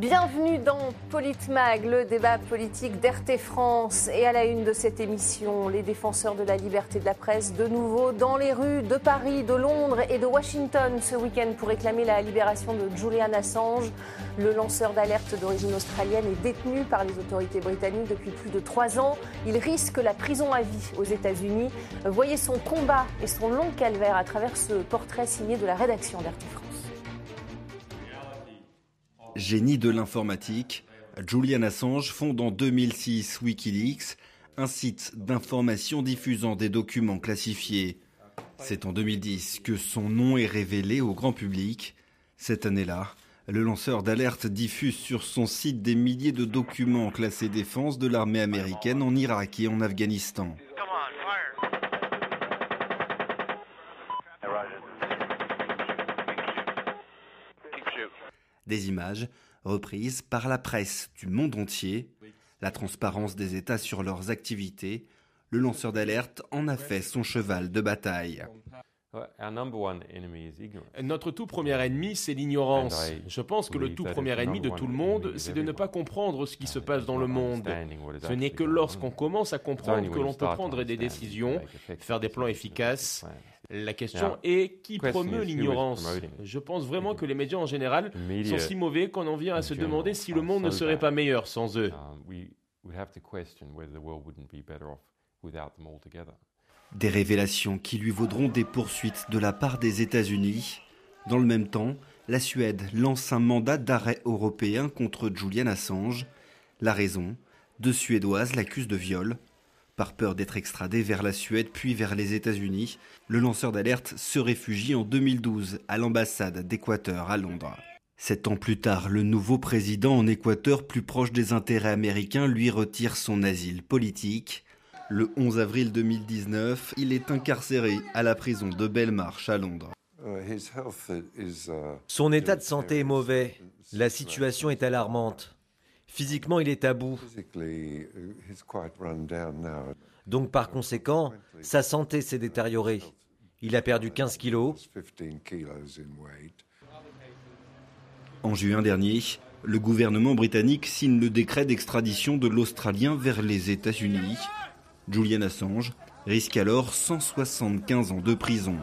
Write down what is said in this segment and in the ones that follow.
Bienvenue dans Politmag, le débat politique d'RT France. Et à la une de cette émission, les défenseurs de la liberté de la presse, de nouveau dans les rues de Paris, de Londres et de Washington ce week-end pour réclamer la libération de Julian Assange. Le lanceur d'alerte d'origine australienne est détenu par les autorités britanniques depuis plus de 3 ans. Il risque la prison à vie aux États-Unis. Voyez son combat et son long calvaire à travers ce portrait signé de la rédaction d'RT France. Génie de l'informatique, Julian Assange fonde en 2006 Wikileaks, un site d'information diffusant des documents classifiés. C'est en 2010 que son nom est révélé au grand public. Cette année-là, le lanceur d'alerte diffuse sur son site des milliers de documents classés défense de l'armée américaine en Irak et en Afghanistan. Des images reprises par la presse du monde entier. La transparence des États sur leurs activités, le lanceur d'alerte en a fait son cheval de bataille. Notre tout premier ennemi, c'est l'ignorance. Je pense que le tout premier ennemi de tout le monde, c'est de ne pas comprendre ce qui se passe dans le monde. Ce n'est que lorsqu'on commence à comprendre que l'on peut prendre des décisions, faire des plans efficaces. La question est qui promeut l'ignorance. Je pense vraiment que les médias en général sont si mauvais qu'on en vient à se demander si le monde ne serait pas meilleur sans eux. Des révélations qui lui vaudront des poursuites de la part des États-Unis. Dans le même temps, la Suède lance un mandat d'arrêt européen contre Julian Assange. La raison, 2 Suédoises l'accusent de viol. Par peur d'être extradé vers la Suède puis vers les États-Unis, le lanceur d'alerte se réfugie en 2012 à l'ambassade d'Équateur à Londres. 7 ans plus tard, le nouveau président en Équateur, plus proche des intérêts américains, lui retire son asile politique. Le 11 avril 2019, il est incarcéré à la prison de Belmarsh à Londres. Son état de santé est mauvais. La situation est alarmante. Physiquement, il est à bout. Donc par conséquent, sa santé s'est détériorée. Il a perdu 15 kilos. En juin dernier, le gouvernement britannique signe le décret d'extradition de l'Australien vers les États-Unis. Julian Assange risque alors 175 ans de prison.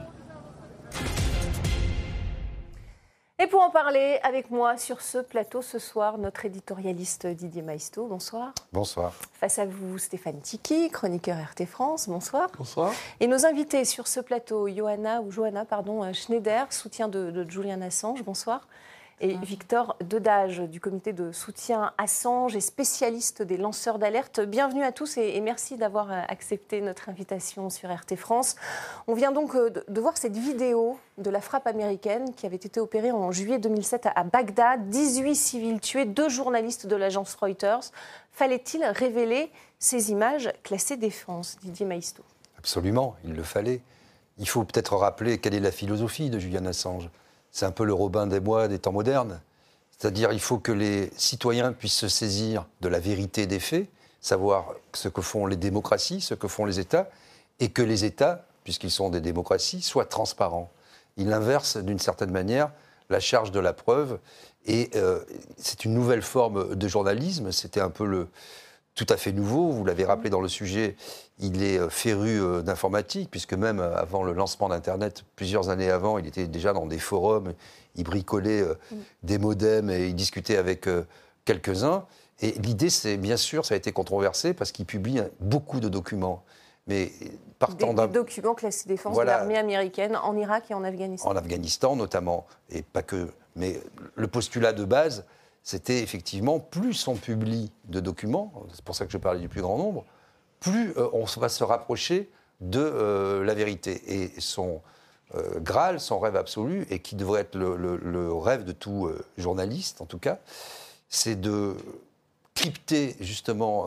Et pour en parler avec moi sur ce plateau ce soir, notre éditorialiste Didier Maistre, bonsoir. Bonsoir. Face à vous, Stéphane Tiki, chroniqueur RT France, bonsoir. Bonsoir. Et nos invités sur ce plateau, Johanna Schneider, soutien de Julian Assange, bonsoir. Et Victor Dedage, du comité de soutien Assange et spécialiste des lanceurs d'alerte. Bienvenue à tous et merci d'avoir accepté notre invitation sur RT France. On vient donc de voir cette vidéo de la frappe américaine qui avait été opérée en juillet 2007 à Bagdad. 18 civils tués, 2 journalistes de l'agence Reuters. Fallait-il révéler ces images classées défense, Didier Maistre? Absolument, il le fallait. Il faut peut-être rappeler quelle est la philosophie de Julian Assange. C'est un peu le Robin des Bois des temps modernes. C'est-à-dire il faut que les citoyens puissent se saisir de la vérité des faits, savoir ce que font les démocraties, ce que font les États, et que les États, puisqu'ils sont des démocraties, soient transparents. Il inverse d'une certaine manière la charge de la preuve, et c'est une nouvelle forme de journalisme. C'était un peu tout à fait nouveau, vous l'avez rappelé dans le sujet, il est féru d'informatique, puisque même avant le lancement d'Internet, plusieurs années avant, il était déjà dans des forums, il bricolait des modems et il discutait avec quelques-uns. Et l'idée, c'est bien sûr, ça a été controversé, parce qu'il publie beaucoup de documents. Mais partant des documents classés défense de l'armée américaine en Irak et en Afghanistan. En Afghanistan notamment, et pas que. Mais le postulat de base, c'était effectivement, plus on publie de documents, c'est pour ça que je parlais du plus grand nombre, plus on va se rapprocher de la vérité. Et son Graal, son rêve absolu, et qui devrait être le rêve de tout journaliste, en tout cas, c'est de crypter, justement,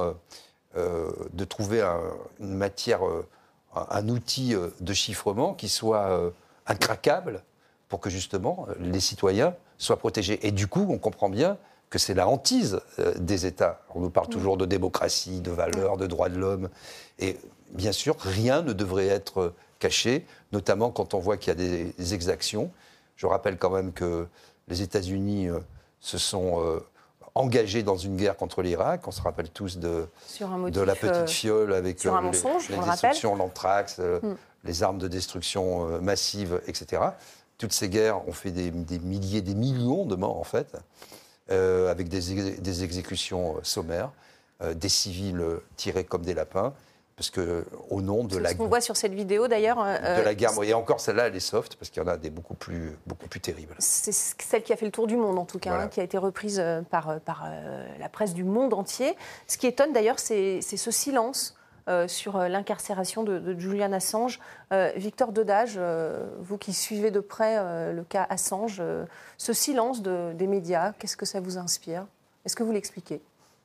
de trouver une matière, un outil de chiffrement qui soit incraquable pour que, justement, les citoyens soient protégés. Et du coup, on comprend bien que c'est la hantise des États. On nous parle toujours de démocratie, de valeurs, de droits de l'homme. Et bien sûr, rien ne devrait être caché, notamment quand on voit qu'il y a des exactions. Je rappelle quand même que les États-Unis se sont engagé dans une guerre contre l'Irak. On se rappelle tous de la petite fiole avec les destructions, l'anthrax, les armes de destruction massive, etc. Toutes ces guerres ont fait des milliers, des millions de morts, en fait, avec des exécutions sommaires, des civils tirés comme des lapins. Parce qu'au nom de la... C'est ce qu'on voit sur cette vidéo, d'ailleurs... de la guerre. Et encore, celle-là, elle est soft, parce qu'il y en a des beaucoup plus terribles. C'est celle qui a fait le tour du monde, en tout cas, voilà. Qui a été reprise par la presse du monde entier. Ce qui étonne, d'ailleurs, c'est ce silence sur l'incarcération de Julian Assange. Victor Dedage, vous qui suivez de près le cas Assange, ce silence des médias, qu'est-ce que ça vous inspire? Est-ce que vous l'expliquez?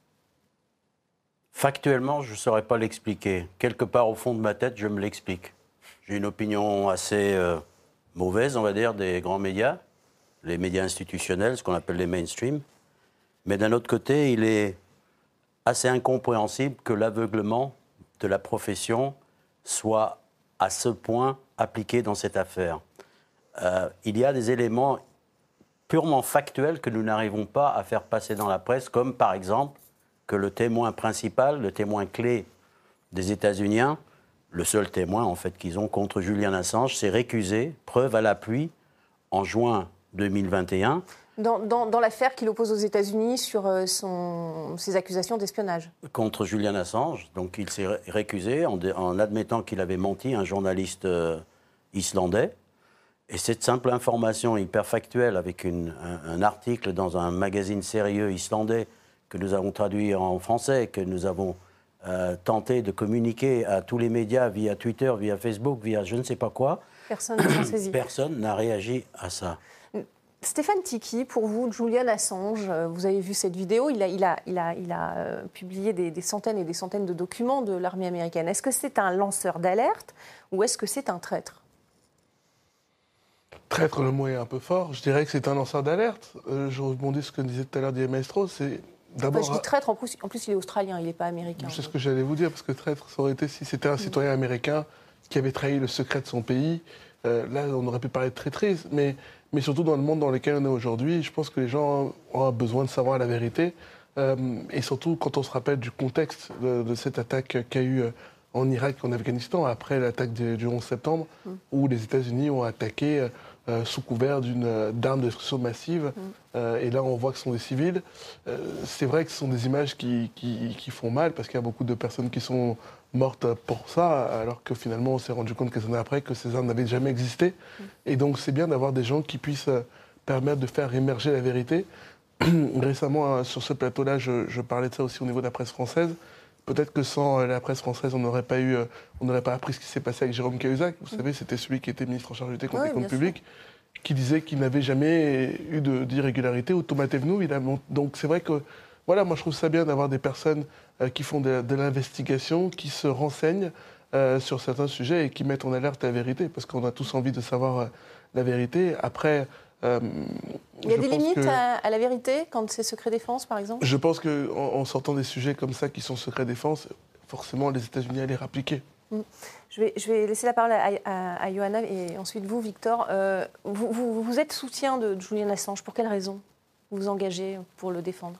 Factuellement, je ne saurais pas l'expliquer. Quelque part au fond de ma tête, je me l'explique. J'ai une opinion assez mauvaise, on va dire, des grands médias, les médias institutionnels, ce qu'on appelle les mainstream. Mais d'un autre côté, il est assez incompréhensible que l'aveuglement de la profession soit à ce point appliqué dans cette affaire. Il y a des éléments purement factuels que nous n'arrivons pas à faire passer dans la presse, comme par exemple que le témoin principal, le témoin clé des États-Unis, le seul témoin en fait qu'ils ont contre Julian Assange, s'est récusé, preuve à l'appui, en juin 2021. Dans l'affaire qu'il oppose aux États-Unis sur ses accusations d'espionnage. Contre Julian Assange, donc il s'est récusé en admettant qu'il avait menti à un journaliste islandais. Et cette simple information hyper factuelle avec un article dans un magazine sérieux islandais que nous avons traduit en français, que nous avons tenté de communiquer à tous les médias via Twitter, via Facebook, via je ne sais pas quoi. Personne n'a saisi. Personne n'a réagi à ça. Stéphane Tiki, pour vous, Julian Assange, vous avez vu cette vidéo, il a publié des centaines et des centaines de documents de l'armée américaine. Est-ce que c'est un lanceur d'alerte ou est-ce que c'est un traître? Traître, le mot est un peu fort. Je dirais que c'est un lanceur d'alerte. Je rebondis sur ce que disait tout à l'heure Didier Maestro, c'est... D'abord, je dis traître, en plus il est australien, il n'est pas américain. C'est ce que j'allais vous dire, parce que traître, ça aurait été si c'était un citoyen américain qui avait trahi le secret de son pays. Là, on aurait pu parler de traîtrise, mais surtout dans le monde dans lequel on est aujourd'hui, je pense que les gens ont besoin de savoir la vérité. Et surtout, quand on se rappelle du contexte de cette attaque qu'il y a eu en Irak et en Afghanistan, après l'attaque du 11 septembre, où les États-Unis ont attaqué sous couvert d'armes de destruction massive. Et là, on voit que ce sont des civils. C'est vrai que ce sont des images qui font mal, parce qu'il y a beaucoup de personnes qui sont mortes pour ça, alors que finalement, on s'est rendu compte quelques années après que ces armes n'avaient jamais existé. Et donc, c'est bien d'avoir des gens qui puissent permettre de faire émerger la vérité. Récemment, sur ce plateau-là, je parlais de ça aussi au niveau de la presse française. Peut-être que sans la presse française, on n'aurait pas appris ce qui s'est passé avec Jérôme Cahuzac. Vous savez, c'était celui qui était ministre en charge de lutter contre les comptes publics, qui disait qu'il n'avait jamais eu d'irrégularité. Ou Thomas Thévenoud, donc c'est vrai que, voilà, moi je trouve ça bien d'avoir des personnes qui font de l'investigation, qui se renseignent sur certains sujets et qui mettent en alerte la vérité, parce qu'on a tous envie de savoir la vérité. Après... il y a des limites à la vérité quand c'est secret défense, par exemple? Je pense qu'en sortant des sujets comme ça qui sont secret défense, forcément les États-Unis allaient rappliquer. Je vais laisser la parole à Johanna et ensuite vous, Victor. Vous êtes soutien de Julian Assange. Pour quelle raison vous vous engagez pour le défendre?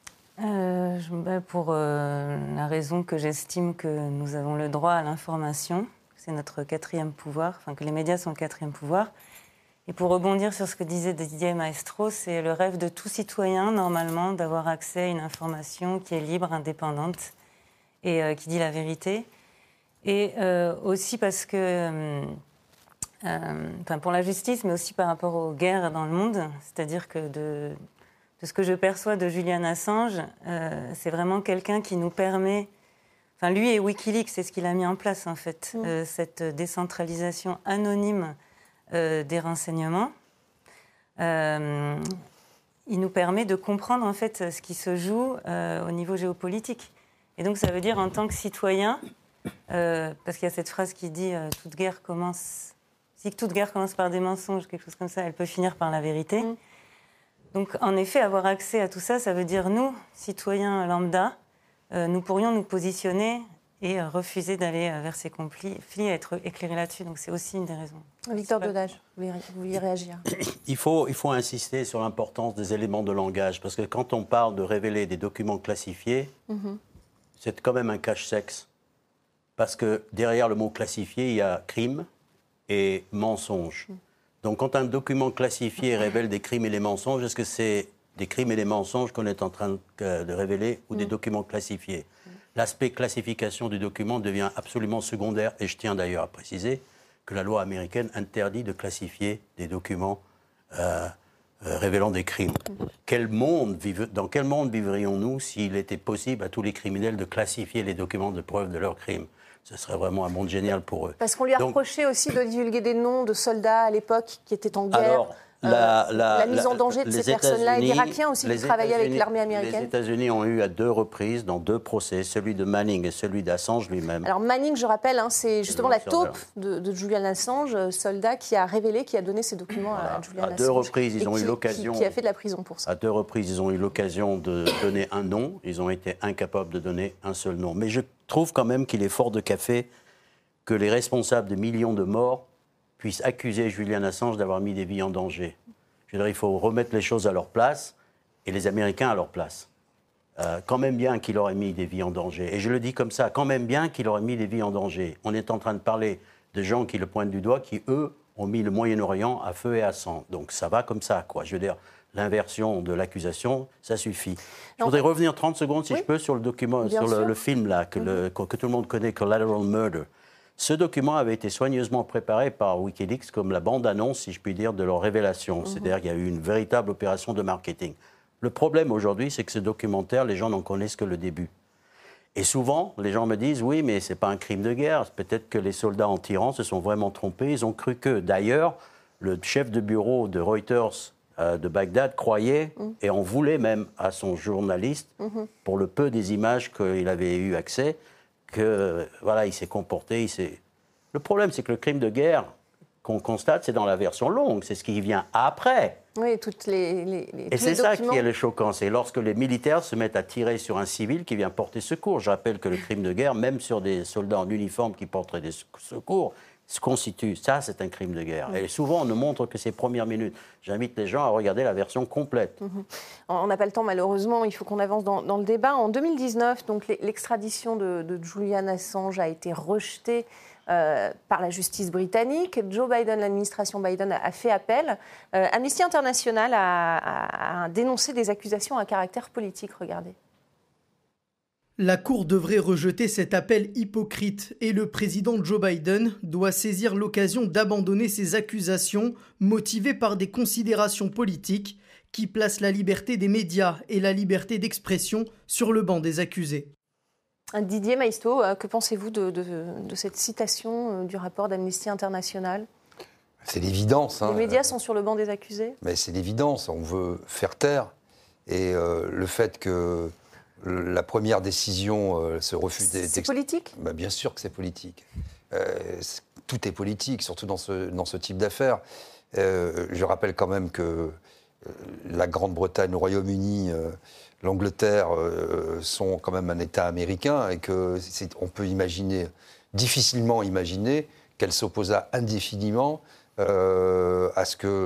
Pour la raison que j'estime que nous avons le droit à l'information. C'est notre quatrième pouvoir, enfin que les médias sont le quatrième pouvoir. Et pour rebondir sur ce que disait Didier Maestro, c'est le rêve de tout citoyen, normalement, d'avoir accès à une information qui est libre, indépendante et qui dit la vérité. Et aussi parce que, pour la justice, mais aussi par rapport aux guerres dans le monde, c'est-à-dire que de ce que je perçois de Julian Assange, c'est vraiment quelqu'un qui nous permet... Enfin, lui et Wikileaks, c'est ce qu'il a mis en place, en fait, cette décentralisation anonyme des renseignements. Il nous permet de comprendre en fait ce qui se joue au niveau géopolitique. Et donc ça veut dire en tant que citoyen, parce qu'il y a cette phrase qui dit si toute guerre commence par des mensonges, quelque chose comme ça, elle peut finir par la vérité. Donc en effet, avoir accès à tout ça, ça veut dire nous, citoyens lambda, nous pourrions nous positionner et refuser d'aller vers ses conflits, être éclairé là-dessus. Donc c'est aussi une des raisons. Victor Dedage, vous vouliez réagir? Il faut insister sur l'importance des éléments de langage, parce que quand on parle de révéler des documents classifiés, c'est quand même un cache-sexe. Parce que derrière le mot classifié, il y a crime et mensonge. Donc quand un document classifié révèle des crimes et des mensonges, est-ce que c'est des crimes et des mensonges qu'on est en train de révéler ou des documents classifiés? L'aspect classification du document devient absolument secondaire, et je tiens d'ailleurs à préciser que la loi américaine interdit de classifier des documents révélant des crimes. Dans quel monde vivrions-nous s'il était possible à tous les criminels de classifier les documents de preuve de leurs crimes? Ce serait vraiment un monde génial pour eux. Parce qu'on lui a reproché aussi de divulguer des noms de soldats à l'époque qui étaient en guerre. Alors, la mise en danger de ces personnes-là, et d'Irakiens aussi qui travaillaient avec l'armée américaine. Les États-Unis ont eu à 2 reprises, dans 2 procès, celui de Manning et celui d'Assange lui-même. Alors Manning, je rappelle, c'est justement la taupe de Julian Assange, soldat qui a révélé, qui a donné ces documents à Julian Assange. À 2 reprises, ils ont eu l'occasion. Qui a fait de la prison pour ça. À 2 reprises, ils ont eu l'occasion de donner un nom. Ils ont été incapables de donner un seul nom. Mais je trouve quand même qu'il est fort de café que les responsables de millions de morts puissent accuser Julian Assange d'avoir mis des vies en danger. Je veux dire, il faut remettre les choses à leur place et les Américains à leur place. Quand même bien qu'il aurait mis des vies en danger. Et je le dis comme ça, quand même bien qu'il aurait mis des vies en danger. On est en train de parler de gens qui le pointent du doigt, qui, eux, ont mis le Moyen-Orient à feu et à sang. Donc ça va comme ça, quoi. Je veux dire, l'inversion de l'accusation, ça suffit. Je voudrais revenir 30 secondes, si je peux, sur le document, sur le film là, que tout le monde connaît, Collateral Murder. Ce document avait été soigneusement préparé par Wikileaks comme la bande-annonce, si je puis dire, de leur révélation. C'est-à-dire qu'il y a eu une véritable opération de marketing. Le problème aujourd'hui, c'est que ce documentaire, les gens n'en connaissent que le début. Et souvent, les gens me disent, oui, mais ce n'est pas un crime de guerre. Peut-être que les soldats en tirant se sont vraiment trompés. Ils ont cru que, d'ailleurs, le chef de bureau de Reuters de Bagdad croyait, et en voulait même à son journaliste, pour le peu des images qu'il avait eu accès, que voilà, il s'est comporté. Le problème, c'est que le crime de guerre qu'on constate, c'est dans la version longue. C'est ce qui vient après. Oui, toutes et c'est ça qui est le choquant. C'est lorsque les militaires se mettent à tirer sur un civil qui vient porter secours. Je rappelle que le crime de guerre, même sur des soldats en uniforme qui porteraient des secours, se constitue. Ça, c'est un crime de guerre. Et souvent, on ne montre que ces premières minutes. J'invite les gens à regarder la version complète. On n'a pas le temps, malheureusement. Il faut qu'on avance dans le débat. En 2019, donc, l'extradition de Julian Assange a été rejetée par la justice britannique. Joe Biden, l'administration Biden a fait appel. Amnesty International a dénoncé des accusations à caractère politique. Regardez. La Cour devrait rejeter cet appel hypocrite et le président Joe Biden doit saisir l'occasion d'abandonner ces accusations motivées par des considérations politiques qui placent la liberté des médias et la liberté d'expression sur le banc des accusés. Didier Maisto, que pensez-vous de cette citation du rapport d'Amnesty International ? C'est l'évidence. Les médias sont sur le banc des accusés ? Mais c'est l'évidence, on veut faire taire. Et le fait que la première décision se refuse... C'est politique ? Bien sûr que c'est politique. Tout est politique, surtout dans ce type d'affaires. Je rappelle quand même que la Grande-Bretagne, le Royaume-Uni, l'Angleterre sont quand même un État américain et qu'on peut difficilement imaginer qu'elle s'opposa indéfiniment à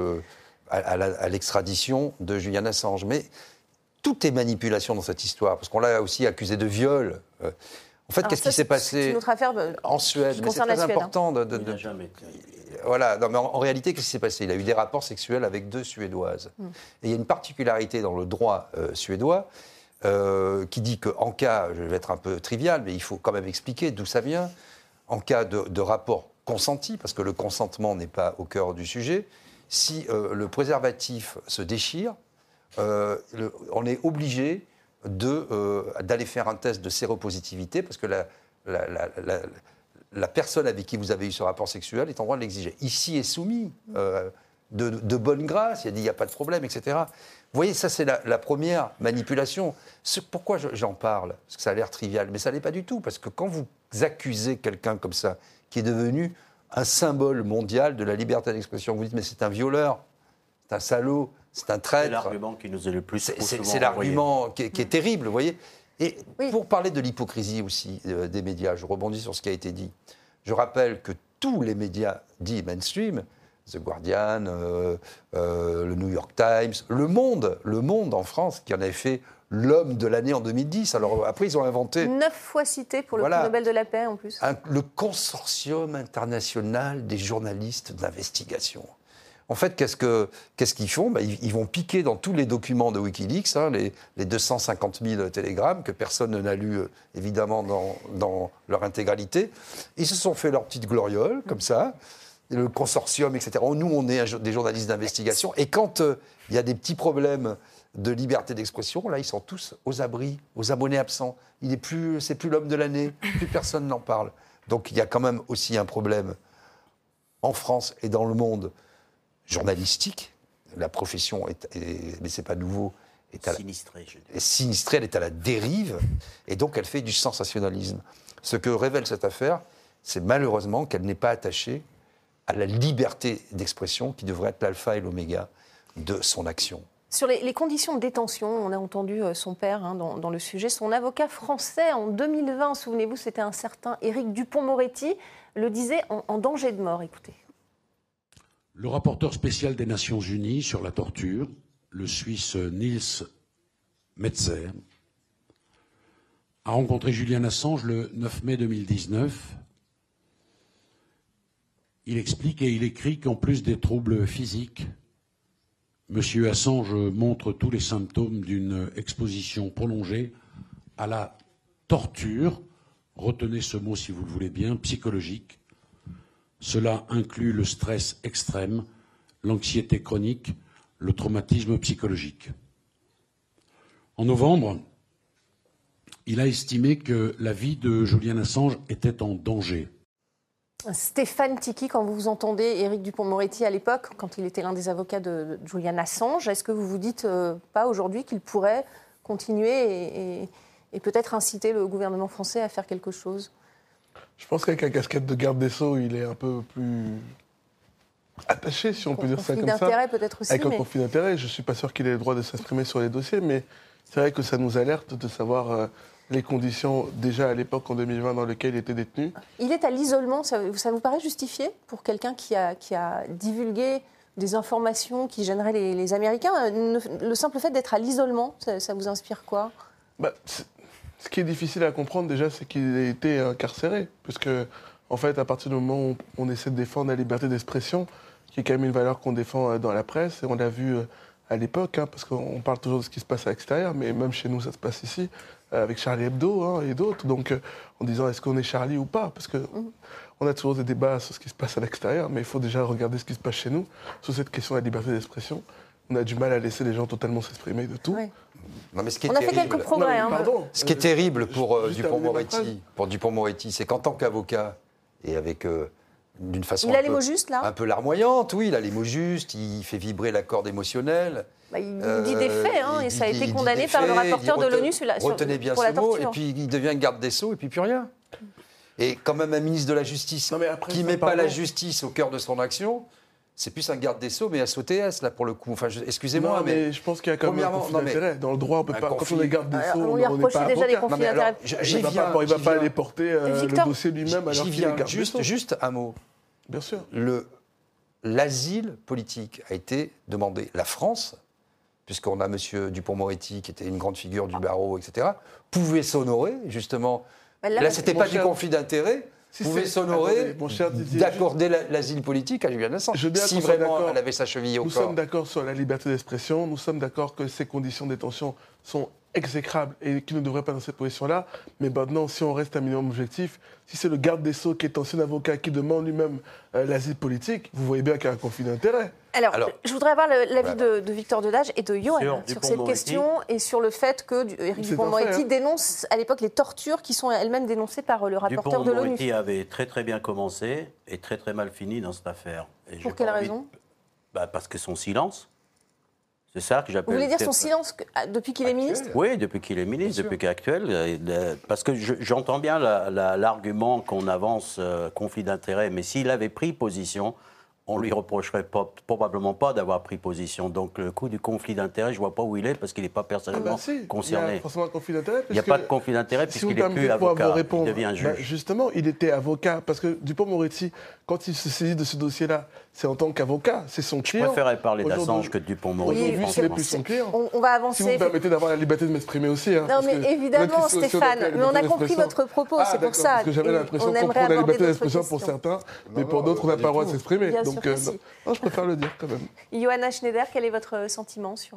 l'extradition de Julian Assange. Mais tout est manipulation dans cette histoire, parce qu'on l'a aussi accusé de viol. En fait, qu'est-ce qui s'est passé c'est une autre affaire en Suède? Mais c'est très important de... Voilà, non, mais en réalité, qu'est-ce qui s'est passé? Il a eu des rapports sexuels avec 2 Suédoises. Et il y a une particularité dans le droit suédois qui dit qu'en cas, je vais être un peu trivial, mais il faut quand même expliquer d'où ça vient, en cas de rapport consenti, parce que le consentement n'est pas au cœur du sujet, si le préservatif se déchire, on est obligé d'aller faire un test de séropositivité, parce que la personne avec qui vous avez eu ce rapport sexuel est en droit de l'exiger. Ici est soumis de bonne grâce, il a dit il n'y a pas de problème, etc. Vous voyez, ça c'est la première manipulation. Pourquoi j'en parle? Parce que ça a l'air trivial, mais ça ne l'est pas du tout, parce que quand vous accusez quelqu'un comme ça, qui est devenu un symbole mondial de la liberté d'expression, vous dites mais c'est un violeur, c'est un salaud, c'est un traître. C'est l'argument qui nous est le plus C'est l'argument qui est terrible, vous voyez. Et pour parler de l'hypocrisie aussi des médias, je rebondis sur ce qui a été dit. Je rappelle que tous les médias dits mainstream, The Guardian, le New York Times, Le Monde en France, qui en avait fait l'homme de l'année en 2010. Alors après, ils ont inventé... 9 fois cité pour le prix Nobel de la paix, en plus. Le consortium international des journalistes d'investigation. En fait, qu'est-ce qu'ils font ? Ils vont piquer dans tous les documents de Wikileaks, les 250 000 télégrammes que personne n'a lu, évidemment, dans leur intégralité. Ils se sont fait leur petite gloriole, comme ça, le consortium, etc. Nous, on est des journalistes d'investigation. Et quand il y a des petits problèmes de liberté d'expression, là, ils sont tous aux abris, aux abonnés absents. C'est plus l'homme de l'année, plus personne n'en parle. Donc, il y a quand même aussi un problème en France et dans le monde journalistique. La profession, mais c'est pas nouveau, est sinistrée, elle est à la dérive, et donc elle fait du sensationnalisme. Ce que révèle cette affaire, c'est malheureusement qu'elle n'est pas attachée à la liberté d'expression qui devrait être l'alpha et l'oméga de son action. Sur les conditions de détention, on a entendu son père dans le sujet. Son avocat français, en 2020, souvenez-vous, c'était un certain Éric Dupond-Moretti, le disait en danger de mort. Écoutez. Le rapporteur spécial des Nations Unies sur la torture, le Suisse Nils Metzer, a rencontré Julian Assange le 9 mai 2019. Il explique et il écrit qu'en plus des troubles physiques, M. Assange montre tous les symptômes d'une exposition prolongée à la torture, retenez ce mot si vous le voulez bien, psychologique. Cela inclut le stress extrême, l'anxiété chronique, le traumatisme psychologique. En novembre, il a estimé que la vie de Julian Assange était en danger. Stéphane Tiki, quand vous entendez Éric Dupond-Moretti à l'époque, quand il était l'un des avocats de Julian Assange, est-ce que vous vous dites pas aujourd'hui qu'il pourrait continuer et peut-être inciter le gouvernement français à faire quelque chose ? Je pense qu'avec la casquette de garde des Sceaux, il est un peu plus attaché, si on peut dire ça comme ça. Conflit d'intérêt peut-être aussi. Avec un conflit d'intérêt, je ne suis pas sûr qu'il ait le droit de s'exprimer sur les dossiers, mais c'est vrai que ça nous alerte de savoir les conditions, déjà à l'époque, en 2020, dans lesquelles il était détenu. Il est à l'isolement, ça vous paraît justifié pour quelqu'un qui a divulgué des informations qui gêneraient les Américains ? Le simple fait d'être à l'isolement, ça vous inspire quoi ? Ce qui est difficile à comprendre déjà, c'est qu'il a été incarcéré. Parce que, en fait, à partir du moment où on essaie de défendre la liberté d'expression, qui est quand même une valeur qu'on défend dans la presse, et on l'a vu à l'époque, parce qu'on parle toujours de ce qui se passe à l'extérieur, mais même chez nous, ça se passe ici, avec Charlie Hebdo et d'autres. Donc, en disant est-ce qu'on est Charlie ou pas ? Parce qu'on a toujours des débats sur ce qui se passe à l'extérieur, mais il faut déjà regarder ce qui se passe chez nous, sur cette question de la liberté d'expression. On a du mal à laisser les gens totalement s'exprimer de tout. Oui. Non, mais on a fait quelques progrès. Ce qui est terrible pour Dupond-Moretti, c'est qu'en tant qu'avocat, et avec d'une façon un peu larmoyante, oui, il a les mots justes, il fait vibrer la corde émotionnelle. Il dit des faits, et ça a été condamné par le rapporteur de l'ONU retenez bien ce mot, et puis il devient garde des Sceaux, et puis plus rien. Et quand même un ministre de la Justice qui ne met pas la justice au cœur de son action... C'est plus un garde des Sceaux, mais SOTS, là, pour le coup. Enfin, excusez-moi, mais je pense qu'il y a quand même un conflit d'intérêt. Dans le droit, on peut pas. Quand on est garde des Sceaux, on lui reproche déjà des conflits d'intérêt. Il ne va pas aller porter le dossier lui-même alors qu'il est garde des Sceaux. Juste un mot. Bien sûr. L'asile politique a été demandé. La France, puisqu'on a M. Dupond-Moretti, qui était une grande figure du barreau, etc., pouvait s'honorer, justement. Là, ce n'était pas du conflit d'intérêt. Pouvait s'honorer d'accorder l'asile politique à Julian Assange, si vraiment elle avait sa cheville au corps. Nous sommes d'accord sur la liberté d'expression, nous sommes d'accord que ces conditions de détention sont exécrables et qui ne devraient pas dans cette position-là. Mais maintenant, si on reste un minimum objectif, si c'est le garde des Sceaux qui est ancien avocat qui demande lui-même l'asile politique, vous voyez bien qu'il y a un conflit d'intérêt. Alors, je voudrais avoir l'avis de Victor Dedage et de Johan sur cette question et sur le fait que Éric Dupond-Moretti dénonce à l'époque les tortures qui sont elles-mêmes dénoncées par le rapporteur de l'ONU. Dupond-Moretti avait très très bien commencé et très très mal fini dans cette affaire. Et pour quelle raison ? Parce que son silence. C'est ça que j'appelle... Vous voulez dire son silence depuis qu'il est ministre ? Oui, depuis qu'il est ministre, depuis qu'il est actuel. Parce que j'entends bien l'argument qu'on avance, conflit d'intérêts, mais s'il avait pris position, on lui reprocherait probablement pas d'avoir pris position. Donc le coup du conflit d'intérêt, je vois pas où il est parce qu'il n'est pas personnellement concerné. Il y a forcément un conflit d'intérêt. Il n'y a pas de conflit d'intérêt puisqu'il n'est plus avocat, il devient juge. Justement, il était avocat parce que Dupond-Moretti, quand il se saisit de ce dossier-là, c'est en tant qu'avocat, c'est son client. Je préférais parler d'Assange que de Dupond-Moretti. Aujourd'hui, ce n'est plus son client. On va avancer. Si vous me permettez d'avoir la liberté de m'exprimer aussi. Hein, non, mais évidemment, Stéphane, mais on a compris votre propos, c'est pour ça. Parce que j'avais l'impression qu'on prend la liberté d'expression pour certains, mais pour d'autres, on n'a pas le droit de s'exprimer. Donc, non, je préfère le dire quand même. Johanna Schneider, quel est votre sentiment sur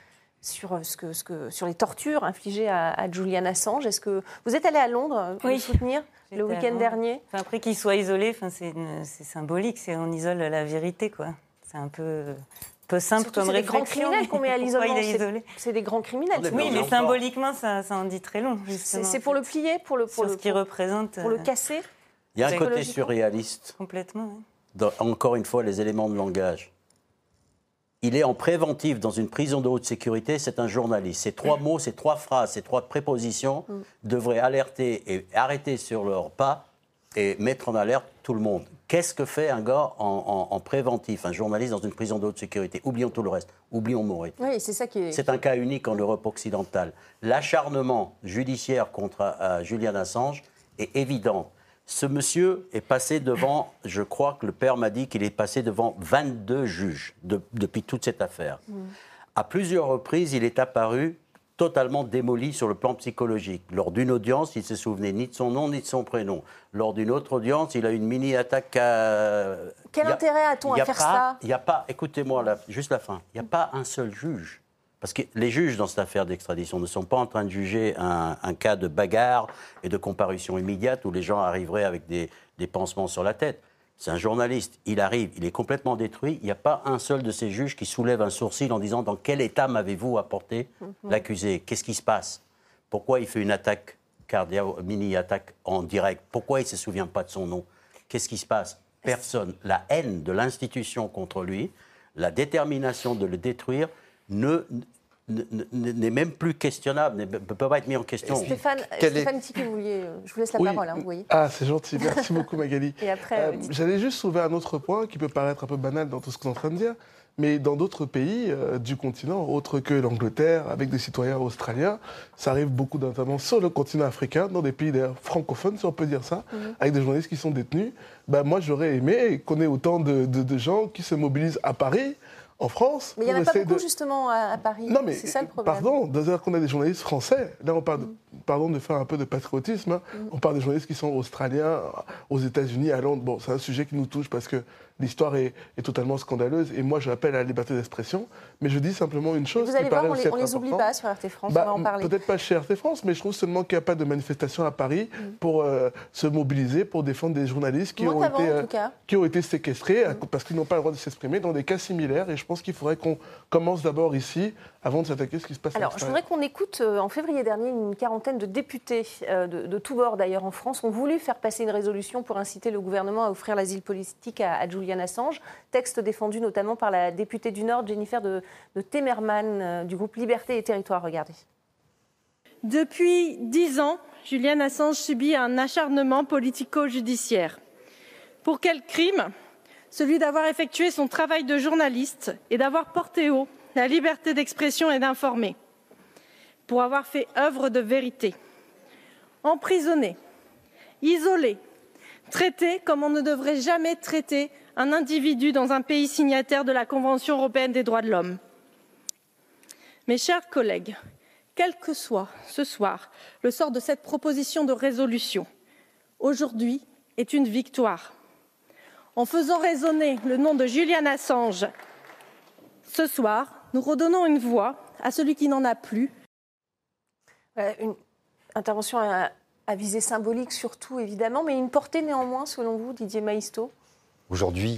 les tortures infligées à Julian Assange? Est-ce que vous êtes allé à Londres pour le soutenir le week-end dernier? Après qu'il soit isolé, c'est symbolique, on isole la vérité, quoi. C'est un peu simple surtout, comme réflexion. C'est des grands criminels qu'on met à l'isolement. C'est des grands criminels. Oui, mais symboliquement, ça en dit très long. C'est pour le plier, pour ce qui représente, pour le casser. Il y a un côté surréaliste. Complètement. Oui. Encore une fois, les éléments de langage. Il est en préventif dans une prison de haute sécurité, c'est un journaliste. Ces 3 mots, ces 3 phrases, ces 3 prépositions devraient alerter et arrêter sur leur pas et mettre en alerte tout le monde. Qu'est-ce que fait un gars en préventif, un journaliste dans une prison de haute sécurité? Oublions tout le reste, oublions Moretti. Oui, c'est ça qui est... C'est un cas unique en Europe occidentale. L'acharnement judiciaire contre Julian Assange est évident. Ce monsieur est passé devant, je crois que le père m'a dit qu'il est passé devant 22 juges depuis toute cette affaire. À plusieurs reprises, il est apparu totalement démoli sur le plan psychologique. Lors d'une audience, il ne se souvenait ni de son nom ni de son prénom. Lors d'une autre audience, il a eu une mini-attaque Quel intérêt a-t-on à faire ça? Il n'y a pas, écoutez-moi, juste la fin, il n'y a pas un seul juge. Parce que les juges dans cette affaire d'extradition ne sont pas en train de juger un cas de bagarre et de comparution immédiate où les gens arriveraient avec des pansements sur la tête. C'est un journaliste, il arrive, il est complètement détruit. Il n'y a pas un seul de ces juges qui soulève un sourcil en disant « Dans quel état m'avez-vous apporté l'accusé? Qu'est-ce qui se passe? Pourquoi il fait une attaque cardiaque, mini-attaque en direct? Pourquoi il ne se souvient pas de son nom? Qu'est-ce qui se passe? Personne. La haine de l'institution contre lui, la détermination de le détruire n'est même plus questionnable, ne peut pas être mis en question. Stéphane Tiquet, je vous laisse la parole. Hein, vous voyez. Ah, c'est gentil. Merci beaucoup, Magali. Et après, j'allais juste soulever un autre point qui peut paraître un peu banal dans tout ce que vous êtes en train de dire, mais dans d'autres pays du continent, autres que l'Angleterre, avec des citoyens australiens, ça arrive beaucoup, notamment sur le continent africain, dans des pays d'ailleurs francophones, si on peut dire ça, avec des journalistes qui sont détenus. Moi, j'aurais aimé qu'on ait autant de gens qui se mobilisent à Paris, en France. Mais il n'y en a pas beaucoup, justement, à Paris. Non, mais c'est ça le problème. Pardon, d'ailleurs qu'on a des journalistes français. Là, on parle, pardon de faire un peu de patriotisme, hein. On parle des journalistes qui sont australiens, aux États-Unis, à Londres. Bon, c'est un sujet qui nous touche parce que l'histoire est totalement scandaleuse. Et moi, je rappelle à la liberté d'expression. Mais je dis simplement une chose. Vous allez voir, on ne les oublie pas sur RT France, on va en parler. Peut-être pas chez RT France, mais je trouve seulement qu'il n'y a pas de manifestation à Paris pour se mobiliser, pour défendre des journalistes qui ont été séquestrés parce qu'ils n'ont pas le droit de s'exprimer dans des cas similaires. Et je pense qu'il faudrait qu'on commence d'abord ici, avant de s'attaquer à ce qui se passe. Alors, je voudrais qu'on écoute, en février dernier, une quarantaine de députés de tous bords d'ailleurs en France ont voulu faire passer une résolution pour inciter le gouvernement à offrir l'asile politique à Julian Assange. Texte défendu notamment par la députée du Nord, Jennifer de Temerman, du groupe Liberté et Territoire. Regardez. Depuis 10 ans, Julian Assange subit un acharnement politico-judiciaire. Pour quel crime? Celui d'avoir effectué son travail de journaliste et d'avoir porté haut la liberté d'expression et d'informer. Pour avoir fait œuvre de vérité. Emprisonné, isolé, traité comme on ne devrait jamais traiter un individu dans un pays signataire de la Convention européenne des droits de l'homme. Mes chers collègues, quel que soit ce soir le sort de cette proposition de résolution, aujourd'hui est une victoire. En faisant résonner le nom de Julian Assange, ce soir, nous redonnons une voix à celui qui n'en a plus. Une intervention à visée symbolique surtout, évidemment, mais une portée néanmoins, selon vous, Didier Maïsto? Aujourd'hui,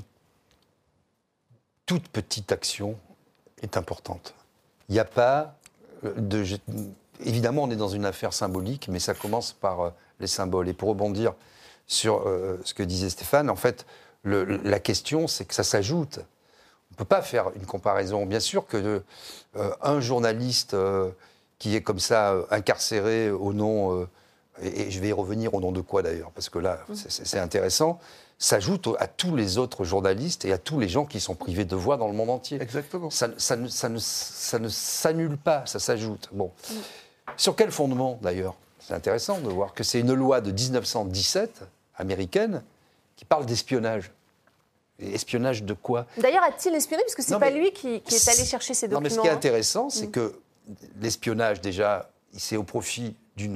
toute petite action est importante. Il n'y a pas de... Évidemment, on est dans une affaire symbolique, mais ça commence par les symboles. Et pour rebondir sur ce que disait Stéphane, en fait, la question, c'est que ça s'ajoute. On ne peut pas faire une comparaison. Bien sûr que un journaliste qui est comme ça incarcéré au nom et je vais y revenir au nom de quoi d'ailleurs, parce que là, c'est intéressant, s'ajoute à tous les autres journalistes et à tous les gens qui sont privés de voix dans le monde entier. Exactement. Ça ne s'annule pas, ça s'ajoute. Bon. Sur quel fondement d'ailleurs? C'est intéressant de voir que c'est une loi de 1917, américaine, qui parle d'espionnage. Et espionnage de quoi? D'ailleurs, a-t-il espionné? Parce que ce n'est pas lui qui est allé chercher ces documents. Non, mais ce qui est intéressant, c'est que l'espionnage, déjà, c'est au profit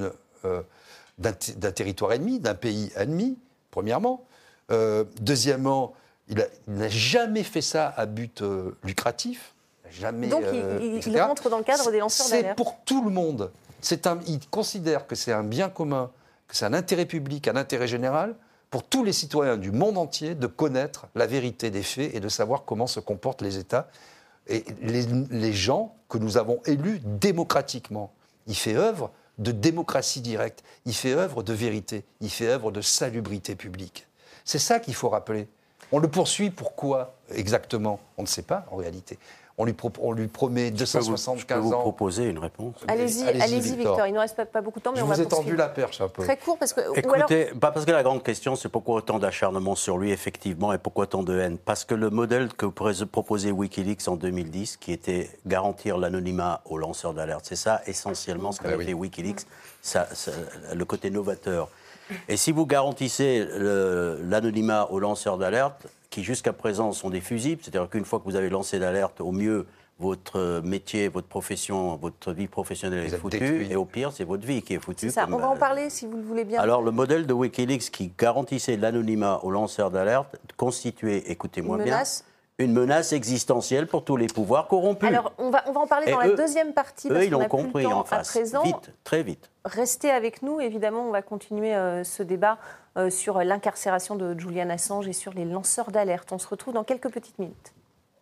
d'un territoire ennemi, d'un pays ennemi, premièrement. Deuxièmement, il n'a jamais fait ça à but lucratif. Jamais, donc il rentre dans le cadre des lanceurs d'alerte. C'est pour tout le monde. Il considère que c'est un bien commun, que c'est un intérêt public, un intérêt général, pour tous les citoyens du monde entier de connaître la vérité des faits et de savoir comment se comportent les États et les gens que nous avons élus démocratiquement. Il fait œuvre de démocratie directe, il fait œuvre de vérité, il fait œuvre de salubrité publique. C'est ça qu'il faut rappeler. On le poursuit pourquoi exactement? On ne sait pas en réalité. On lui promet 275 ans. Je peux vous proposer une réponse. Allez-y, Victor. Il ne nous reste pas beaucoup de temps, mais on va poursuivre. Je vous ai tendu la perche un peu. Très court, parce que... Écoutez, parce que la grande question, c'est pourquoi autant d'acharnement sur lui, effectivement, et pourquoi tant de haine? Parce que le modèle que proposait Wikileaks en 2010, qui était garantir l'anonymat aux lanceurs d'alerte, c'est ça essentiellement ce qu'avait fait Wikileaks, le côté novateur. Et si vous garantissez l'anonymat aux lanceurs d'alerte, qui jusqu'à présent sont des fusibles, c'est-à-dire qu'une fois que vous avez lancé l'alerte, au mieux, votre métier, votre profession, votre vie professionnelle est foutue, et au pire, c'est votre vie qui est foutue. C'est ça, on va en parler si vous le voulez bien. Alors, le modèle de Wikileaks qui garantissait l'anonymat aux lanceurs d'alerte constituait, écoutez-moi bien, une menace existentielle pour tous les pouvoirs corrompus. Alors, on va en parler dans la deuxième partie, parce qu'on a plus le temps à présent. Vite, très vite. Restez avec nous, évidemment, on va continuer ce débat sur l'incarcération de Julian Assange et sur les lanceurs d'alerte. On se retrouve dans quelques petites minutes.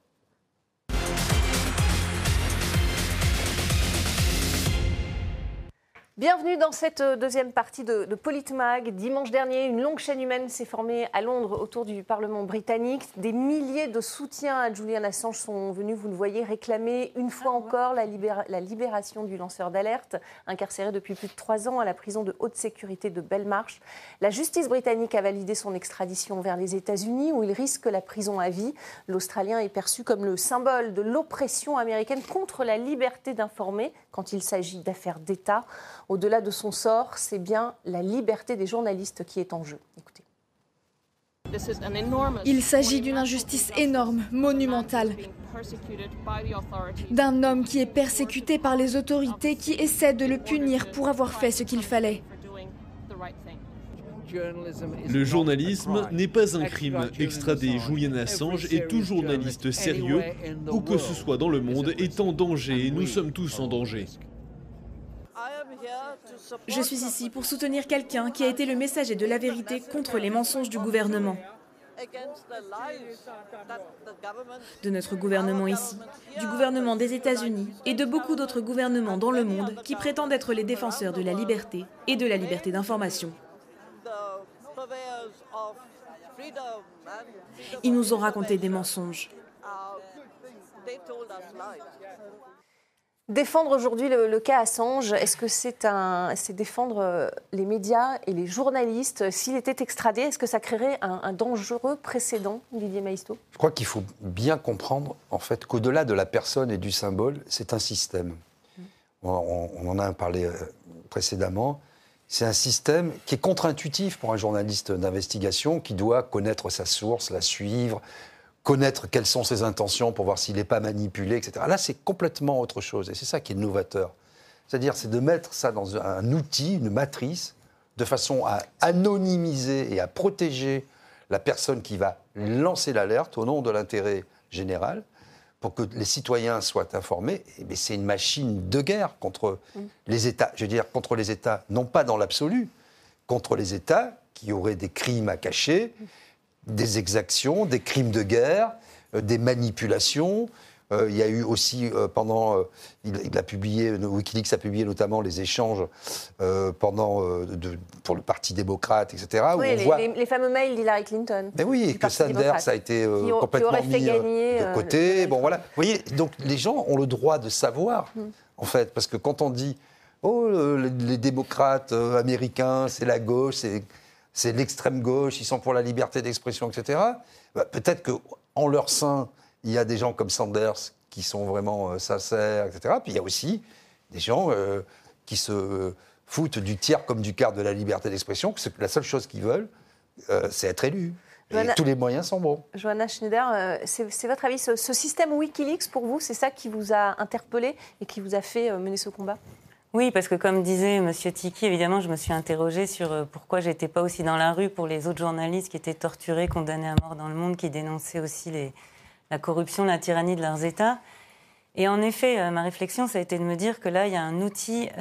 Bienvenue dans cette deuxième partie de Politmag. Dimanche dernier, une longue chaîne humaine s'est formée à Londres autour du Parlement britannique. Des milliers de soutiens à Julian Assange sont venus, vous le voyez, réclamer une fois encore la libération du lanceur d'alerte, incarcéré depuis plus de 3 ans à la prison de haute sécurité de Belmarsh. La justice britannique a validé son extradition vers les États-Unis, où il risque la prison à vie. L'Australien est perçu comme le symbole de l'oppression américaine contre la liberté d'informer quand il s'agit d'affaires d'État. Au-delà de son sort, c'est bien la liberté des journalistes qui est en jeu. Écoutez. Il s'agit d'une injustice énorme, monumentale, d'un homme qui est persécuté par les autorités qui essaient de le punir pour avoir fait ce qu'il fallait. Le journalisme n'est pas un crime. Extrader Julian Assange et tout journaliste sérieux, où que ce soit dans le monde, est en danger et nous sommes tous en danger. Je suis ici pour soutenir quelqu'un qui a été le messager de la vérité contre les mensonges du gouvernement. De notre gouvernement ici, du gouvernement des États-Unis et de beaucoup d'autres gouvernements dans le monde qui prétendent être les défenseurs de la liberté et de la liberté d'information. Ils nous ont raconté des mensonges. Défendre aujourd'hui le cas Assange, est-ce que c'est défendre les médias et les journalistes? S'il était extradé, est-ce que ça créerait un dangereux précédent, Didier Maistre? Je crois qu'il faut bien comprendre en fait, qu'au-delà de la personne et du symbole, c'est un système. On en a parlé précédemment. C'est un système qui est contre-intuitif pour un journaliste d'investigation qui doit connaître sa source, la suivre, connaître quelles sont ses intentions pour voir s'il n'est pas manipulé, etc. Là, c'est complètement autre chose. Et c'est ça qui est novateur. C'est-à-dire, c'est de mettre ça dans un outil, une matrice, de façon à anonymiser et à protéger la personne qui va lancer l'alerte au nom de l'intérêt général, pour que les citoyens soient informés. Et c'est une machine de guerre contre les États. Je veux dire, contre les États, non pas dans l'absolu, contre les États qui auraient des crimes à cacher, des exactions, des crimes de guerre, des manipulations. Il y a eu aussi, il a publié, Wikileaks a publié notamment les échanges pour le Parti démocrate, etc. Oui, les fameux mails d'Hillary Clinton. Mais oui, que Sanders a été complètement mis de côté. Bon, voilà. Vous voyez, donc les gens ont le droit de savoir, en fait, parce que quand on dit les démocrates américains, c'est la gauche, c'est l'extrême gauche, ils sont pour la liberté d'expression, etc. Peut-être qu'en leur sein, il y a des gens comme Sanders qui sont vraiment sincères, etc. Puis il y a aussi des gens qui se foutent du tiers comme du quart de la liberté d'expression, que la seule chose qu'ils veulent, c'est être élus. Et tous les moyens sont bons. Johanna Schneider, c'est votre avis, ce système Wikileaks, pour vous, c'est ça qui vous a interpellé et qui vous a fait mener ce combat ? Oui, parce que comme disait M. Tiki, évidemment, je me suis interrogée sur pourquoi je n'étais pas aussi dans la rue pour les autres journalistes qui étaient torturés, condamnés à mort dans le monde, qui dénonçaient aussi la corruption, la tyrannie de leurs États. Et en effet, ma réflexion, ça a été de me dire que là, il y a un outil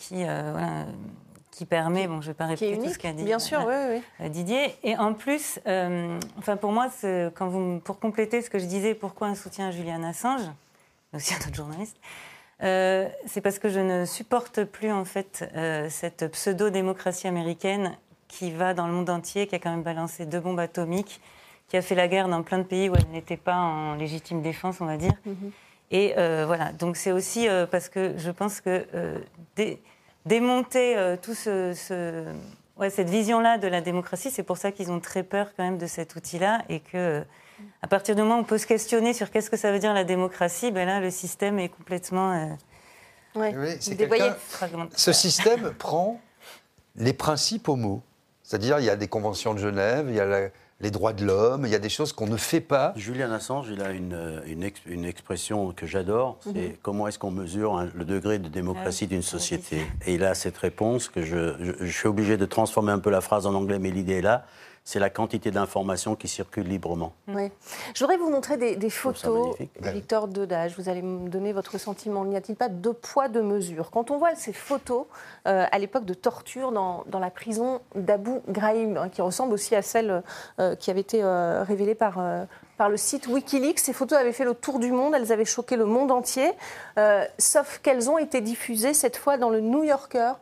qui permet, bon, je ne vais pas répéter tout ce qu'a dit bien sûr, oui. Didier. Et en plus, pour moi, pour compléter ce que je disais, pourquoi un soutien à Julian Assange, mais aussi à d'autres journalistes, c'est parce que je ne supporte plus en fait cette pseudo-démocratie américaine qui va dans le monde entier, qui a quand même balancé 2 bombes atomiques, qui a fait la guerre dans plein de pays où elle n'était pas en légitime défense, on va dire. Et voilà, donc c'est aussi parce que je pense que démonter cette vision-là de la démocratie, c'est pour ça qu'ils ont très peur quand même de cet outil-là et que à partir du moment où on peut se questionner sur qu'est-ce que ça veut dire la démocratie, ben là, le système est complètement dévoyé. Ce système prend les principes au mot. C'est-à-dire, il y a des conventions de Genève, il y a les droits de l'homme, il y a des choses qu'on ne fait pas. Julian Assange, il a une expression que j'adore, c'est comment est-ce qu'on mesure le degré de démocratie d'une société. Et il a cette réponse que je suis obligé de transformer un peu la phrase en anglais, mais l'idée est là. C'est la quantité d'informations qui circulent librement. Oui. Je voudrais vous montrer des photos, Victor Dedage. Vous allez me donner votre sentiment. N'y a-t-il pas 2 poids, 2 mesures ? Quand on voit ces photos à l'époque de torture dans la prison d'Abu Ghraib, qui ressemble aussi à celle qui avait été révélée par le site Wikileaks, ces photos avaient fait le tour du monde, elles avaient choqué le monde entier, sauf qu'elles ont été diffusées cette fois dans le New Yorker.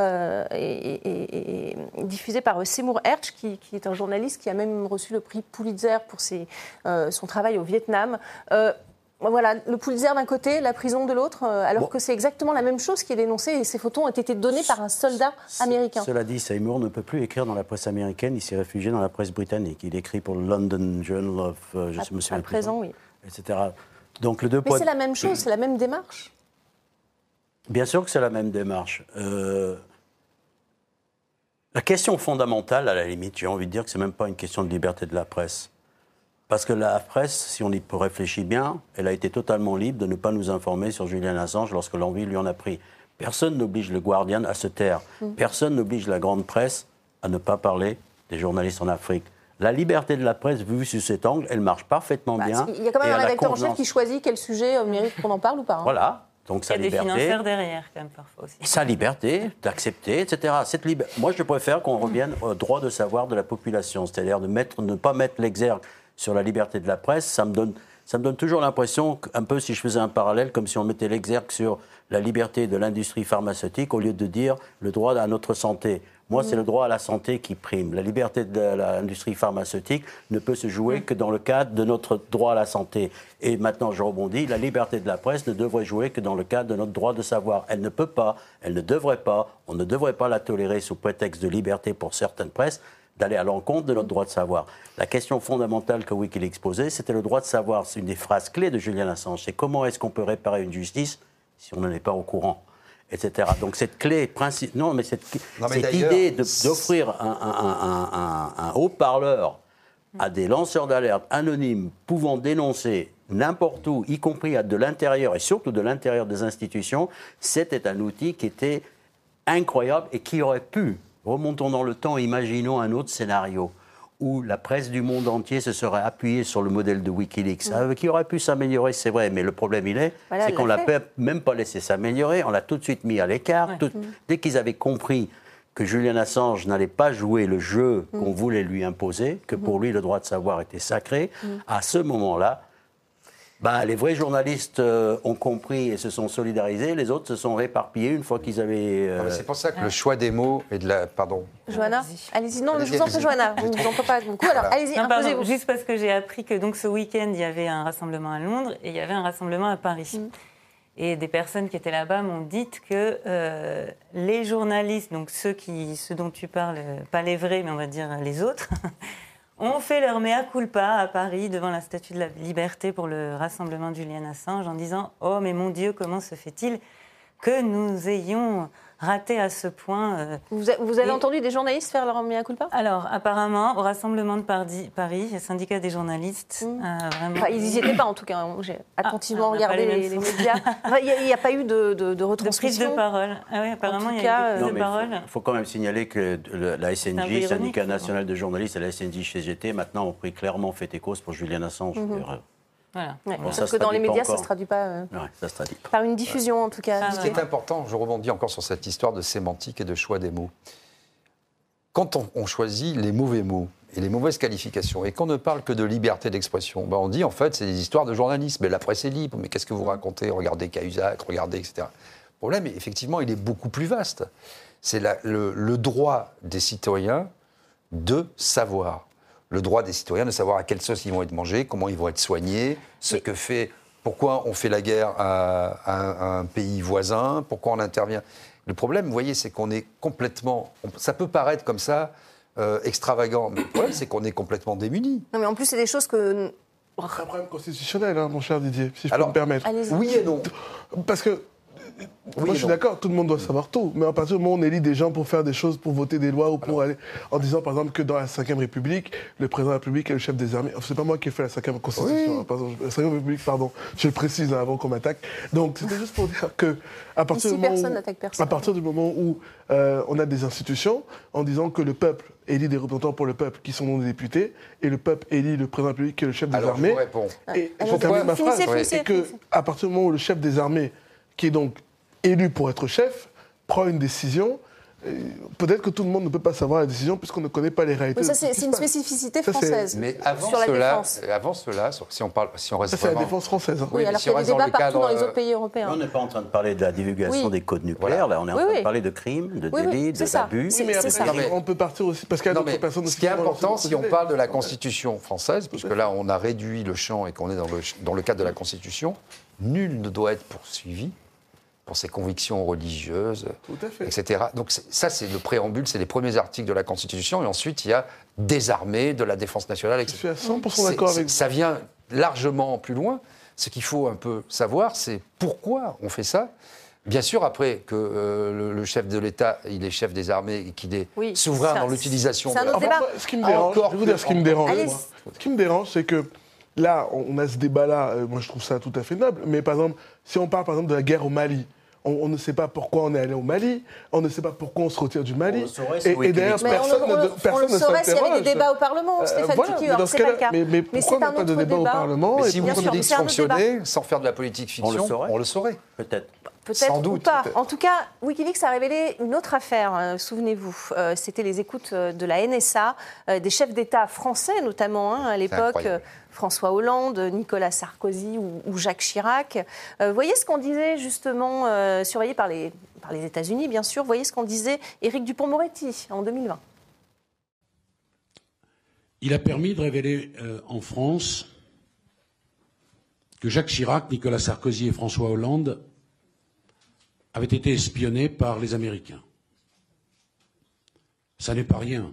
Et diffusé par Seymour Hersh, qui est un journaliste qui a même reçu le prix Pulitzer pour son travail au Vietnam. Voilà, le Pulitzer d'un côté, la prison de l'autre, alors que c'est exactement la même chose qui est dénoncée et ces photos ont été données par un soldat américain. Cela dit, Seymour ne peut plus écrire dans la presse américaine, il s'est réfugié dans la presse britannique. Il écrit pour le London Journal of... je me souviens à présent, oui. Etc. Donc, mais c'est la même chose, c'est la même démarche. Bien sûr que c'est la même démarche. La question fondamentale, à la limite, j'ai envie de dire que ce n'est même pas une question de liberté de la presse. Parce que la presse, si on y réfléchit bien, elle a été totalement libre de ne pas nous informer sur Julian Assange lorsque l'envie lui en a pris. Personne n'oblige le Guardian à se taire. Personne n'oblige la grande presse à ne pas parler des journalistes en Afrique. La liberté de la presse, vue sous cet angle, elle marche parfaitement bien. Il y a quand même un rédacteur en chef qui choisit quel sujet mérite qu'on en parle ou pas. Voilà. Donc, il y a des financeurs derrière, quand même, parfois aussi. Sa liberté d'accepter, etc. Moi, je préfère qu'on revienne au droit de savoir de la population, c'est-à-dire de ne pas mettre l'exergue sur la liberté de la presse. Ça me donne toujours l'impression, un peu si je faisais un parallèle, comme si on mettait l'exergue sur la liberté de l'industrie pharmaceutique au lieu de dire le droit à notre santé. Moi, c'est le droit à la santé qui prime. La liberté de l'industrie pharmaceutique ne peut se jouer que dans le cadre de notre droit à la santé. Et maintenant, je rebondis, la liberté de la presse ne devrait jouer que dans le cadre de notre droit de savoir. Elle ne peut pas, elle ne devrait pas, on ne devrait pas la tolérer sous prétexte de liberté pour certaines presses, d'aller à l'encontre de notre droit de savoir. La question fondamentale que Wikileaks posait, c'était le droit de savoir. C'est une des phrases clés de Julian Assange. C'est comment est-ce qu'on peut réparer une justice si on n'en est pas au courant, etc. Donc cette clé, cette idée d'offrir un haut-parleur à des lanceurs d'alerte anonymes pouvant dénoncer n'importe où, y compris de l'intérieur et surtout de l'intérieur des institutions, c'était un outil qui était incroyable et qui aurait pu, remontons dans le temps, imaginons un autre scénario où la presse du monde entier se serait appuyée sur le modèle de Wikileaks, qui aurait pu s'améliorer, c'est vrai, mais le problème c'est qu'on ne l'a même pas laissé s'améliorer, on l'a tout de suite mis à l'écart. Dès qu'ils avaient compris que Julian Assange n'allait pas jouer le jeu qu'on voulait lui imposer, que pour lui le droit de savoir était sacré, à ce moment-là, les vrais journalistes ont compris et se sont solidarisés, les autres se sont réparpillés une fois qu'ils avaient... C'est pour ça que le choix des mots et de la... Pardon. Johanna, allez-y. Non, je vous en prie, Johanna, je ne vous entends pas beaucoup. Alors, allez-y, imposez-vous. Juste parce que j'ai appris que donc, ce week-end, il y avait un rassemblement à Londres et il y avait un rassemblement à Paris. Et des personnes qui étaient là-bas m'ont dit que les journalistes, donc ceux dont tu parles, pas les vrais, mais on va dire les autres, ont fait leur mea culpa à Paris devant la Statue de la Liberté pour le rassemblement de Julian Assange en disant « Oh, mais mon Dieu, comment se fait-il que nous ayons raté à ce point Vous avez entendu des journalistes faire leur mea culpa ? Alors, apparemment, au rassemblement de Paris, le syndicat des journalistes, vraiment... Enfin, ils n'y étaient pas, en tout cas. J'ai attentivement regardé les médias. Il n'y a pas eu de retransmission. De prise de parole. Ah oui, apparemment, il y a eu des prises de parole. Il faut quand même signaler que la SNJ, Syndicat national de journalistes, et la SNJ CGT, maintenant, ont pris clairement fait et cause pour Julian Assange. Voilà. Parce que dans les médias, ça ne se traduit pas par une diffusion, en tout cas. Ce qui est important, je rebondis encore sur cette histoire de sémantique et de choix des mots. Quand on choisit les mauvais mots et les mauvaises qualifications, et qu'on ne parle que de liberté d'expression, on dit en fait c'est des histoires de journalisme, mais la presse est libre, mais qu'est-ce que vous racontez ? Regardez Cahuzac, regardez, etc. Le problème, effectivement, il est beaucoup plus vaste. C'est le droit des citoyens de savoir. Le droit des citoyens de savoir à quelle sauce ils vont être mangés, comment ils vont être soignés, pourquoi on fait la guerre à un pays voisin, pourquoi on intervient. Le problème, vous voyez, c'est qu'on est complètement... Ça peut paraître comme ça extravagant, mais le problème, c'est qu'on est complètement démunis. Non, mais en plus, c'est des choses que... C'est un problème constitutionnel, mon cher Didier, si je peux me permettre. Oui et non. Parce que... Moi, je suis d'accord, tout le monde doit savoir tout. Mais à partir du moment où on élit des gens pour faire des choses, pour voter des lois ou pour aller... En disant, par exemple, que dans la Ve République, le président de la République est le chef des armées. C'est pas moi qui ai fait la Ve Constitution. Oui. La Ve République, pardon. Je le précise avant qu'on m'attaque. Donc, c'était juste pour dire que... À partir du moment où on a des institutions, en disant que le peuple élit des représentants pour le peuple qui sont non des députés, et le peuple élit le président de la République qui est le chef des armées. Je vous réponds. Et je termine ma phrase. Et qu'à partir du moment où le chef des armées, qui est donc élu pour être chef, prend une décision. Peut-être que tout le monde ne peut pas savoir la décision puisqu'on ne connaît pas les réalités. Mais ça, c'est une spécificité française. Mais avant cela, si on reste c'est la défense française. Oui, alors qu'il y a des débats partout dans les autres pays européens. On n'est pas en train de parler de la divulgation des codes nucléaires. Là, on est en train de parler de crimes, de délits, d'abus. Oui, mais on peut partir aussi parce qu'il y a d'autres personnes. Ce qui est important, si on parle de la Constitution française, parce que là, on a réduit le champ et qu'on est dans le cadre de la Constitution, nul ne doit être poursuivi pour ses convictions religieuses, etc. Donc ça, c'est le préambule, c'est les premiers articles de la Constitution, et ensuite, il y a des armées, de la défense nationale, etc. Je suis à 100% d'accord avec vous. Ça vient largement plus loin. Ce qu'il faut un peu savoir, c'est pourquoi on fait ça. Bien sûr, après que le chef de l'État, il est chef des armées et qu'il est souverain dans l'utilisation de la... Ce qui me dérange, je vais vous dire ce qui me dérange. Ce qui me dérange, c'est que là, on a ce débat-là, moi je trouve ça tout à fait noble, mais par exemple, si on parle par exemple de la guerre au Mali, on ne sait pas pourquoi on est allé au Mali, on ne sait pas pourquoi on se retire du Mali. Et d'ailleurs, personne ne saurait s'il y avait des débats au Parlement, Stéphane Ticu, alors c'est pas le cas. Mais pourquoi on n'a pas de débat au Parlement? Si vous nous dysfonctionnez, sans faire de la politique fiction, on le saurait. Peut-être. Peut-être ou pas. En tout cas, Wikileaks a révélé une autre affaire, souvenez-vous. C'était les écoutes de la NSA, des chefs d'État français notamment à l'époque, François Hollande, Nicolas Sarkozy ou Jacques Chirac. Voyez ce qu'on disait justement, surveillé par les États-Unis bien sûr, voyez ce qu'en disait Éric Dupond-Moretti en 2020. Il a permis de révéler en France que Jacques Chirac, Nicolas Sarkozy et François Hollande avaient été espionnés par les Américains. Ça n'est pas rien.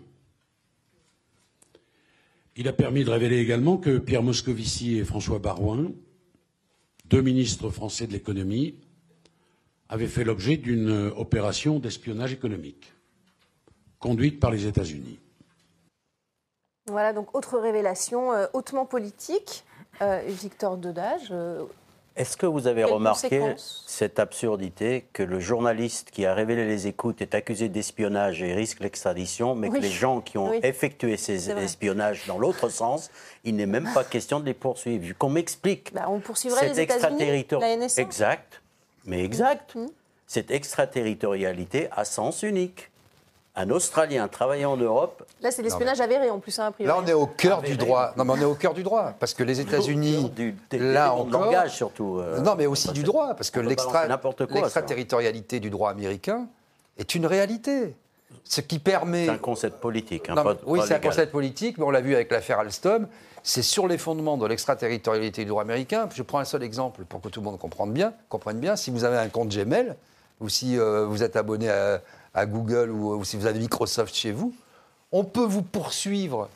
Il a permis de révéler également que Pierre Moscovici et François Baroin, deux ministres français de l'économie, avaient fait l'objet d'une opération d'espionnage économique, conduite par les États-Unis. Voilà, donc autre révélation hautement politique. Victor Dedage... Est-ce que vous avez remarqué cette absurdité que le journaliste qui a révélé les écoutes est accusé d'espionnage et risque l'extradition, mais que les gens qui ont effectué ces espionnages dans l'autre sens, il n'est même pas question de les poursuivre. Qu'on m'explique. On poursuivrait les États-Unis, la NSA. Exact, mais exact. Cette extraterritorialité à sens unique. Un Australien travaillant en Europe... Là, c'est l'espionnage avéré, en plus, a priori. Là, on est au cœur du droit. Non, mais on est au cœur du droit. Parce que les États-Unis, là encore... langage, surtout. Non, mais aussi du droit. Parce que l'extraterritorialité du droit américain est une réalité. Ce qui permet... C'est un concept politique. Oui, c'est un concept politique, mais on l'a vu avec l'affaire Alstom. C'est sur les fondements de l'extraterritorialité du droit américain. Je prends un seul exemple pour que tout le monde comprenne bien. Si vous avez un compte Gmail, ou si vous êtes abonné à Google, ou si vous avez Microsoft chez vous, on peut vous poursuivre.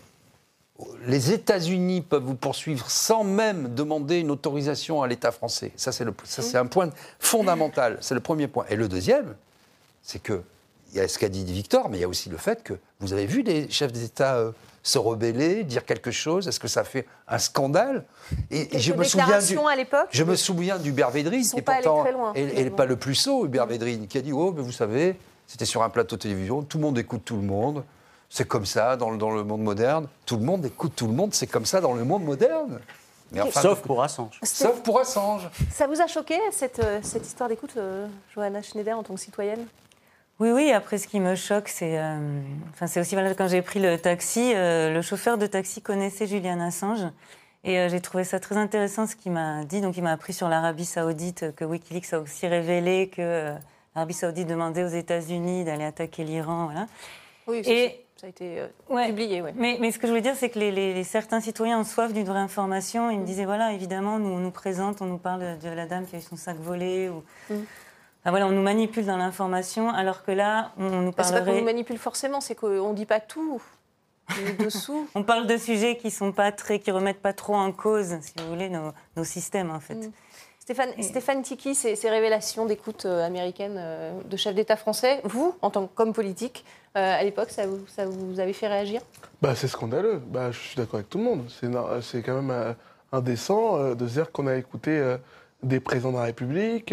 Les États-Unis peuvent vous poursuivre sans même demander une autorisation à l'État français. Ça, c'est un point fondamental. C'est le premier point. Et le deuxième, c'est que il y a ce qu'a dit Victor, mais il y a aussi le fait que vous avez vu les chefs d'État se rebeller, dire quelque chose. Est-ce que ça fait un scandale ? Et je me souviens d'Hubert Védrine, qui est pourtant pas le plus sot, Hubert Védrine, qui a dit mais vous savez, c'était sur un plateau de télévision, tout le monde écoute tout le monde. C'est comme ça dans le monde moderne. Tout le monde écoute tout le monde. C'est comme ça dans le monde moderne. Mais enfin, sauf pour Assange. Sauf pour Assange. Ça vous a choqué, cette histoire d'écoute, Johanna Schneider, en tant que citoyenne ? Oui. Après, ce qui me choque, c'est aussi valable. Quand j'ai pris le taxi, le chauffeur de taxi connaissait Julian Assange. Et j'ai trouvé ça très intéressant ce qu'il m'a dit. Donc, il m'a appris sur l'Arabie Saoudite, que Wikileaks a aussi révélé que l'Arabie Saoudite demandait aux États-Unis d'aller attaquer l'Iran. Voilà. Oui, ça a été publié. Ouais. Mais ce que je voulais dire, c'est que certains citoyens ont soif d'une vraie information. Ils me disaient, voilà, évidemment, on nous présente, on nous parle de la dame qui a eu son sac volé. On nous manipule dans l'information, alors que là, on nous parlerait... C'est pas qu'on nous manipule forcément, c'est qu'on ne dit pas tout. Dessous. On parle de sujets qui remettent pas trop en cause, si vous voulez, nos systèmes, en fait. Stéphane Tiki, ces révélations d'écoute américaine de chef d'État français, vous, comme politique, à l'époque, ça vous avait fait réagir ? C'est scandaleux. Je suis d'accord avec tout le monde. C'est quand même indécent de dire qu'on a écouté des présidents de la République.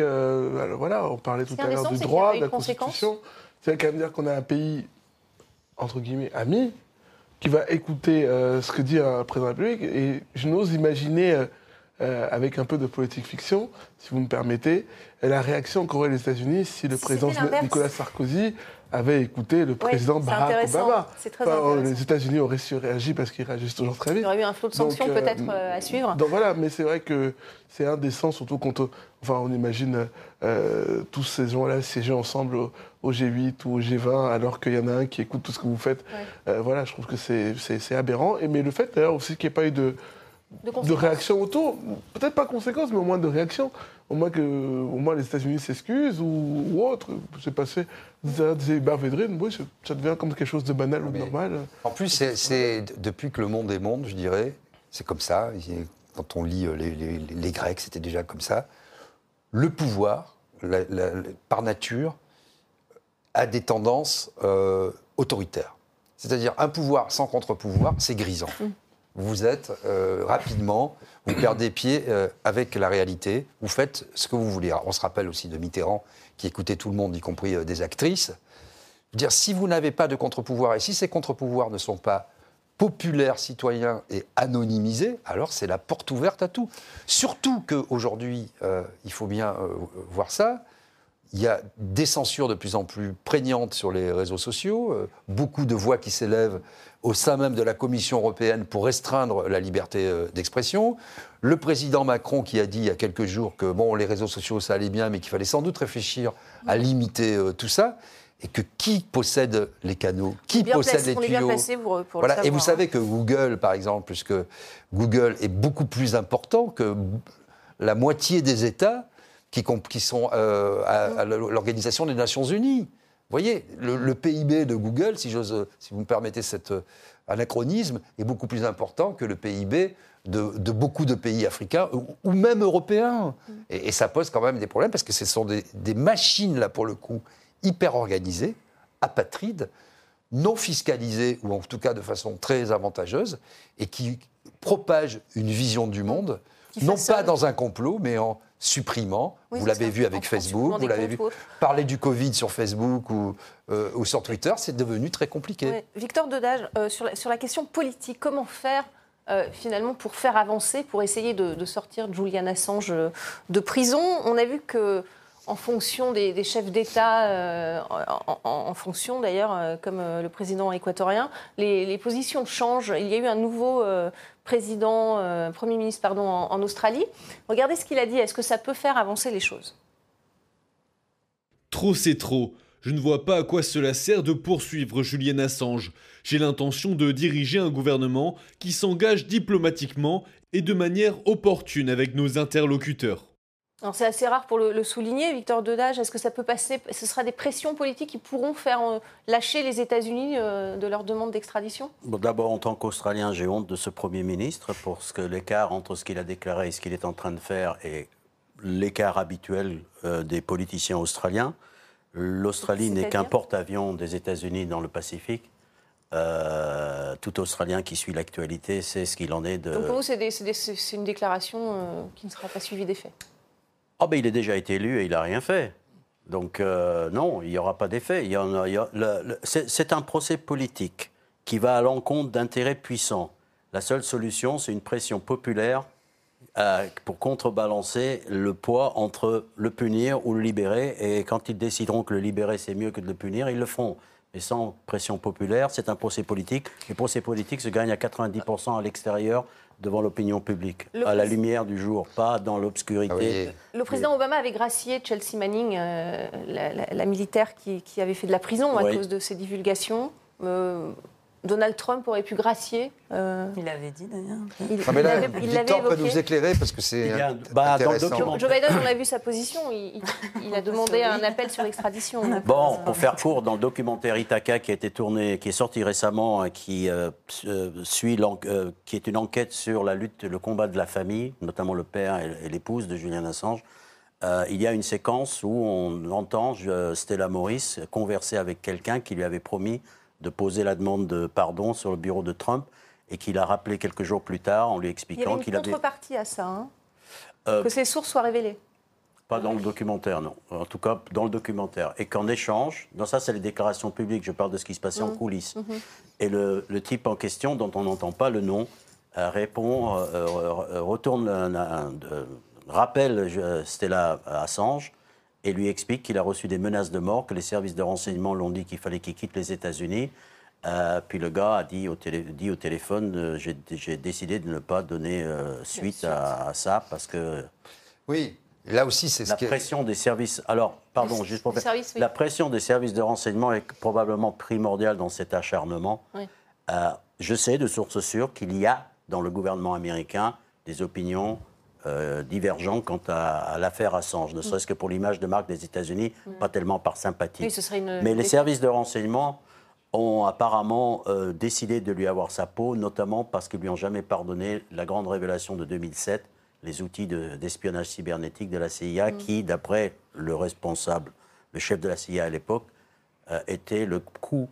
On parlait tout à l'heure du droit, de la Constitution. C'est quand même dire qu'on a un pays, entre guillemets, ami, qui va écouter ce que dit un président de la République. Et je n'ose imaginer... avec un peu de politique fiction, si vous me permettez, la réaction qu'auraient les États-Unis si le président Nicolas Sarkozy avait écouté le président Barack Obama. C'est très intéressant. Les États-Unis auraient su réagir parce qu'ils réagissent toujours très vite. Il y aurait eu un flot de sanctions peut-être à suivre. Donc voilà, mais c'est vrai que c'est indécent, surtout quand on imagine tous ces gens-là siéger ensemble au G8 ou au G20, alors qu'il y en a un qui écoute tout ce que vous faites. Je trouve que c'est aberrant. Mais le fait d'ailleurs aussi qu'il n'y ait pas eu de réaction autour, peut-être pas conséquence, mais au moins de réaction. Au moins les États-Unis s'excusent ou autre. C'est passé, disait Hubert Védrine, ça devient comme quelque chose de banal ou de normal. En plus, c'est depuis que le monde est monde, je dirais, c'est comme ça. Quand on lit les Grecs, c'était déjà comme ça. Le pouvoir, par nature, a des tendances autoritaires. C'est-à-dire un pouvoir sans contre-pouvoir, c'est grisant. Vous êtes rapidement, vous perdez pied avec la réalité, vous faites ce que vous voulez. Alors, on se rappelle aussi de Mitterrand, qui écoutait tout le monde, y compris des actrices. Dire, si vous n'avez pas de contre-pouvoir, et si ces contre-pouvoirs ne sont pas populaires, citoyens et anonymisés, alors c'est la porte ouverte à tout. Surtout qu'aujourd'hui, il faut bien voir ça, il y a des censures de plus en plus prégnantes sur les réseaux sociaux, beaucoup de voix qui s'élèvent au sein même de la Commission européenne pour restreindre la liberté d'expression. Le président Macron qui a dit il y a quelques jours que les réseaux sociaux ça allait bien, mais qu'il fallait sans doute réfléchir à limiter tout ça. Et que qui possède les canaux, qui possède les tuyaux. On est bien placé pour le savoir. Et vous savez que Google, par exemple, puisque Google est beaucoup plus important que la moitié des États qui sont à l'Organisation des Nations Unies. Vous voyez, le PIB de Google, si vous me permettez cet anachronisme, est beaucoup plus important que le PIB de beaucoup de pays africains ou même européens. Et ça pose quand même des problèmes parce que ce sont des machines, là, pour le coup, hyper organisées, apatrides, non fiscalisées, ou en tout cas de façon très avantageuse, et qui propagent une vision du monde, non pas dans un complot, mais en supprimant. Vous l'avez vu avec Facebook, vous l'avez vu parler du Covid sur Facebook ou sur Twitter, c'est devenu très compliqué. Ouais. Victor Dedage, sur la question politique, comment faire finalement pour faire avancer, pour essayer de sortir Julian Assange de prison ? On a vu que en fonction des chefs d'État, en fonction d'ailleurs, comme le président équatorien, les positions changent. Il y a eu un nouveau Premier ministre en Australie. Regardez ce qu'il a dit. Est-ce que ça peut faire avancer les choses ? Trop, c'est trop. Je ne vois pas à quoi cela sert de poursuivre Julian Assange. J'ai l'intention de diriger un gouvernement qui s'engage diplomatiquement et de manière opportune avec nos interlocuteurs. Alors c'est assez rare pour le souligner, Victor Dedage. Est-ce que ça peut passer? Ce sera des pressions politiques qui pourront faire lâcher les États-Unis de leur demande d'extradition? Bon, d'abord, en tant qu'Australien, j'ai honte de ce Premier ministre pour ce que l'écart entre ce qu'il a déclaré et ce qu'il est en train de faire est l'écart habituel des politiciens australiens. L'Australie n'est qu'un porte-avions des États-Unis dans le Pacifique. Tout Australien qui suit l'actualité sait ce qu'il en est de... Donc pour vous, c'est une déclaration qui ne sera pas suivie des faits? Ah ben il a déjà été élu et il n'a rien fait. Donc non, il n'y aura pas d'effet. C'est un procès politique qui va à l'encontre d'intérêts puissants. La seule solution, c'est une pression populaire pour contrebalancer le poids entre le punir ou le libérer. Et quand ils décideront que le libérer, c'est mieux que de le punir, ils le feront. Mais sans pression populaire, c'est un procès politique. Les procès politiques se gagnent à 90% à l'extérieur, devant l'opinion publique, à la lumière du jour, pas dans l'obscurité. Le président Obama avait gracié Chelsea Manning, la militaire qui avait fait de la prison à cause de ses divulgations. Donald Trump aurait pu gracier. Il l'avait dit Victor d'ailleurs. peut nous éclairer parce que c'est intéressant. Joe Biden, on a vu sa position. Il a demandé un appel sur l'extradition. Bon, pour faire court, dans le documentaire Ithaca qui a été tourné, qui est sorti récemment, qui est une enquête sur la lutte, le combat de la famille, notamment le père et l'épouse de Julian Assange, il y a une séquence où on entend Stella Morris converser avec quelqu'un qui lui avait promis de poser la demande de pardon sur le bureau de Trump et qu'il a rappelé quelques jours plus tard en lui expliquant qu'il avait... Il y avait une contrepartie à ça, que ces sources soient révélées. Pas dans le documentaire, non. En tout cas, dans le documentaire. Et qu'en échange, dans ça, c'est les déclarations publiques, je parle de ce qui se passait en coulisses. Et le type en question, dont on n'entend pas le nom, rappelle Stella Assange et lui explique qu'il a reçu des menaces de mort, que les services de renseignement l'ont dit qu'il fallait qu'il quitte les États-Unis. Puis le gars a dit au téléphone, j'ai décidé de ne pas donner suite à ça parce que... Oui, là aussi c'est la pression des services... Alors, pardon, juste pour faire... La pression des services de renseignement est probablement primordiale dans cet acharnement. Oui. Je sais de sources sûres qu'il y a dans le gouvernement américain des opinions divergents quant à l'affaire Assange, ne serait-ce que pour l'image de marque des États-Unis, pas tellement par sympathie. Oui, mais les services de renseignement ont apparemment décidé de lui avoir sa peau, notamment parce qu'ils lui ont jamais pardonné la grande révélation de 2007, les outils d'espionnage cybernétique de la CIA, qui, d'après le responsable, le chef de la CIA à l'époque, était le coup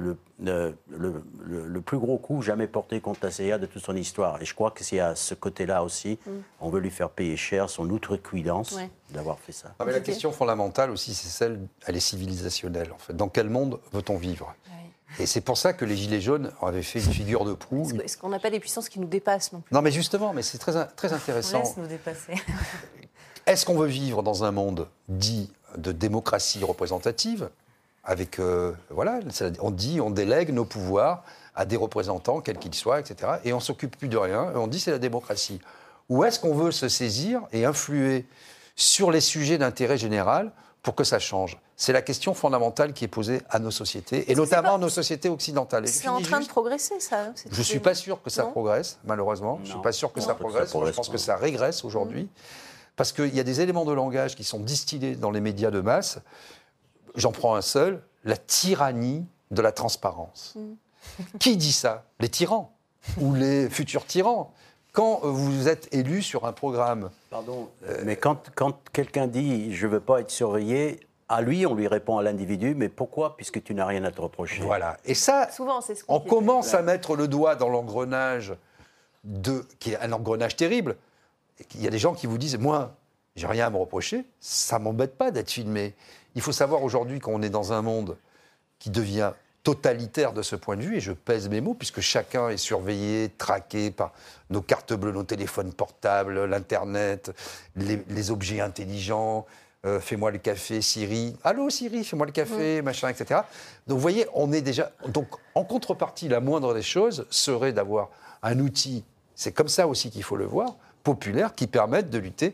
le plus gros coup jamais porté contre la CIA de toute son histoire. Et je crois que c'est à ce côté-là aussi, on veut lui faire payer cher son outrecuidance d'avoir fait ça. Ah, mais la question fondamentale aussi, c'est celle, elle est civilisationnelle en fait. Dans quel monde veut-on vivre ? Et c'est pour ça que les Gilets jaunes avaient fait une figure de proue. Est-ce qu'on n'a pas des puissances qui nous dépassent non plus ? Non, mais justement, mais c'est très, très intéressant. On laisse nous dépasser. Est-ce qu'on veut vivre dans un monde dit de démocratie représentative ? Avec, on délègue nos pouvoirs à des représentants, quels qu'ils soient, etc. Et on ne s'occupe plus de rien, et on dit c'est la démocratie. Ou est-ce qu'on veut se saisir et influer sur les sujets d'intérêt général pour que ça change ? C'est la question fondamentale qui est posée à nos sociétés, et notamment à nos sociétés occidentales. C'est en train de progresser, ça. Je ne suis pas sûr que ça progresse, malheureusement. Je ne suis pas sûr que ça progresse. Je pense que ça régresse aujourd'hui. Parce qu'il y a des éléments de langage qui sont distillés dans les médias de masse. J'en prends un seul, la tyrannie de la transparence. Qui dit ça ? Les tyrans ou les futurs tyrans. Quand vous êtes élu sur un programme... Pardon, mais quand quelqu'un dit « je ne veux pas être surveillé », à lui, on lui répond à l'individu, mais pourquoi ? Puisque tu n'as rien à te reprocher. Voilà. Et ça, souvent, c'est on commence à mettre le doigt dans l'engrenage, qui est un engrenage terrible. Il y a des gens qui vous disent « moi, j'ai rien à me reprocher, ça ne m'embête pas d'être filmé ». Il faut savoir aujourd'hui qu'on est dans un monde qui devient totalitaire de ce point de vue, et je pèse mes mots, puisque chacun est surveillé, traqué par nos cartes bleues, nos téléphones portables, l'Internet, les objets intelligents, fais-moi le café, Siri, allô Siri, fais-moi le café, machin, etc. Donc vous voyez, on est déjà... Donc en contrepartie, la moindre des choses serait d'avoir un outil, c'est comme ça aussi qu'il faut le voir, populaire, qui permette de lutter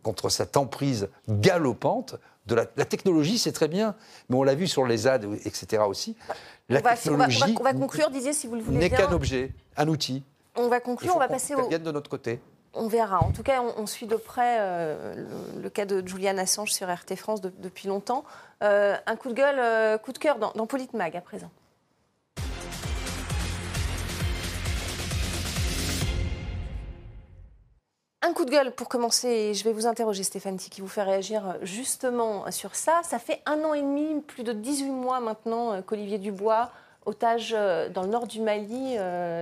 contre cette emprise galopante de la technologie, c'est très bien, mais on l'a vu sur les ZAD, etc. aussi. La technologie on va conclure, Didier, si vous le voulez n'est bien. qu'un objet, un outil. On va conclure, on va passer au... de notre côté. On verra. En tout cas, on suit de près le cas de Julian Assange sur RT France depuis longtemps. Un coup de gueule, coup de cœur dans Politmag à présent. Un coup de gueule pour commencer, et je vais vous interroger Stéphane qui vous fait réagir justement sur ça. Ça fait 1 an et demi, plus de 18 mois maintenant qu'Olivier Dubois, otage dans le nord du Mali,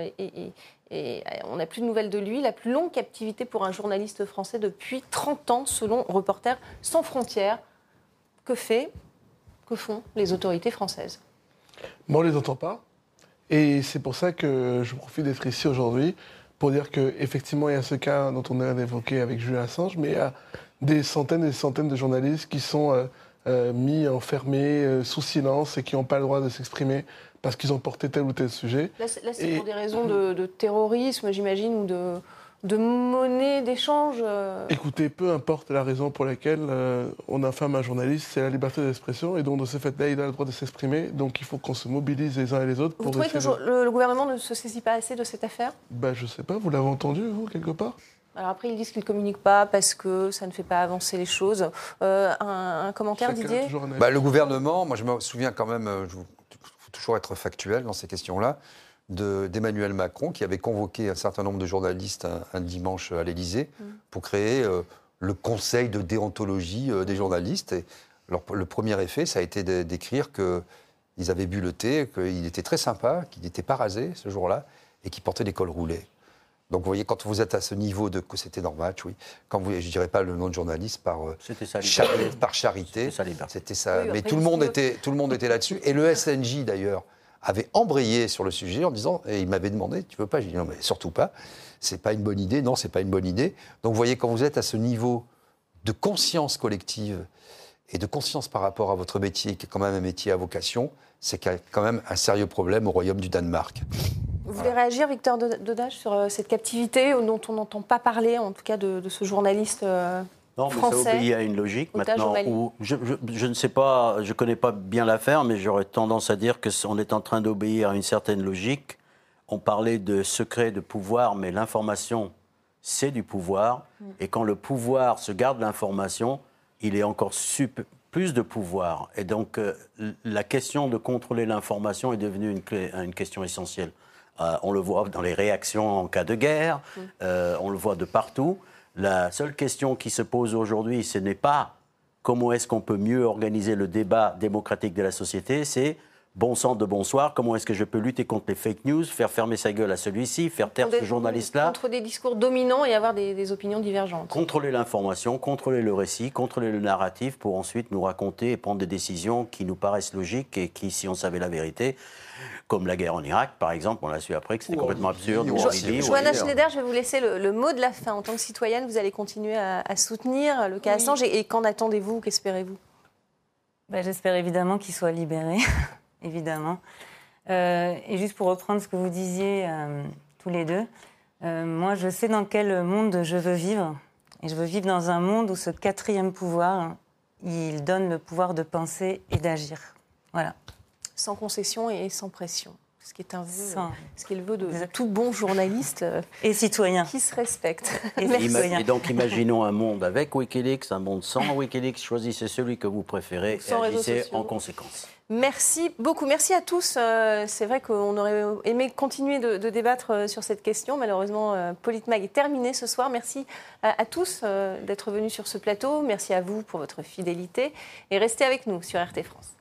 et on n'a plus de nouvelles de lui. La plus longue captivité pour un journaliste français depuis 30 ans, selon Reporters sans frontières. Que font les autorités françaises? Moi, on ne les entend pas. Et c'est pour ça que je profite d'être ici aujourd'hui pour dire qu'effectivement, il y a ce cas dont on a évoqué avec Julian Assange, mais il y a des centaines et des centaines de journalistes qui sont mis enfermés sous silence et qui n'ont pas le droit de s'exprimer parce qu'ils ont porté tel ou tel sujet. Là c'est pour des raisons de terrorisme, j'imagine, ou de monnaie d'échange. Écoutez, peu importe la raison pour laquelle on affame un journaliste, c'est la liberté d'expression, et donc de ce fait-là, il a le droit de s'exprimer. Donc il faut qu'on se mobilise les uns et les autres. Vous trouvez que le gouvernement ne se saisit pas assez de cette affaire? Je ne sais pas, vous l'avez entendu, vous, quelque part? Alors après, ils disent qu'ils ne communiquent pas parce que ça ne fait pas avancer les choses. Un commentaire, Didier? Le gouvernement, moi je me souviens quand même, il faut toujours être factuel dans ces questions-là, d'Emmanuel Macron, qui avait convoqué un certain nombre de journalistes un dimanche à l'Élysée pour créer le conseil de déontologie des journalistes. Et le premier effet, ça a été d'écrire qu'ils avaient bu le thé, qu'il était très sympa, qu'il n'était pas rasé ce jour-là, et qu'il portait des cols roulés. Donc vous voyez, quand vous êtes à ce niveau que c'était normal, oui. Quand je ne dirais pas le nom de journaliste par charité, c'était ça. Oui, mais tout le monde était là-dessus. Et le SNJ d'ailleurs avait embrayé sur le sujet en disant, et il m'avait demandé, tu veux pas? J'ai dit non, mais surtout pas. C'est pas une bonne idée. Non, c'est pas une bonne idée. Donc vous voyez, quand vous êtes à ce niveau de conscience collective et de conscience par rapport à votre métier, qui est quand même un métier à vocation, c'est qu'il y a quand même un sérieux problème au royaume du Danemark. Vous voulez réagir, Victor Dodage, sur cette captivité dont on n'entend pas parler, en tout cas de ce journaliste non, mais français, ça obéit à une logique maintenant où je ne sais pas, je ne connais pas bien l'affaire, mais j'aurais tendance à dire qu'on est en train d'obéir à une certaine logique. On parlait de secret, de pouvoir, mais l'information, c'est du pouvoir. Et quand le pouvoir se garde l'information, il est encore plus de pouvoir. Et donc, la question de contrôler l'information est devenue une question essentielle. On le voit dans les réactions en cas de guerre, on le voit de partout. La seule question qui se pose aujourd'hui, ce n'est pas comment est-ce qu'on peut mieux organiser le débat démocratique de la société, c'est bon sang de bonsoir, comment est-ce que je peux lutter contre les fake news, faire fermer sa gueule à celui-ci, faire taire ce journaliste-là. Contre des discours dominants et avoir des opinions divergentes. Contrôler l'information, contrôler le récit, contrôler le narratif pour ensuite nous raconter et prendre des décisions qui nous paraissent logiques et qui, si on savait la vérité, comme la guerre en Irak, par exemple, on l'a su après que c'était complètement absurde. Johanna Schneider, je vais vous laisser le mot de la fin. En tant que citoyenne, vous allez continuer à soutenir le cas Assange. Et qu'en attendez-vous? Qu'espérez-vous? J'espère évidemment qu'il soit libéré, évidemment. Et juste pour reprendre ce que vous disiez tous les deux, moi, je sais dans quel monde je veux vivre. Et je veux vivre dans un monde où ce quatrième pouvoir, il donne le pouvoir de penser et d'agir. Voilà. Sans concession et sans pression. Ce qui est le vœu de tout bon journaliste et citoyen qui se respecte. Et donc imaginons un monde avec Wikileaks, un monde sans Wikileaks. Choisissez celui que vous préférez et agissez en conséquence. Merci beaucoup. Merci à tous. C'est vrai qu'on aurait aimé continuer de débattre sur cette question. Malheureusement, Politmag est terminé ce soir. Merci à tous d'être venus sur ce plateau. Merci à vous pour votre fidélité. Et restez avec nous sur RT France.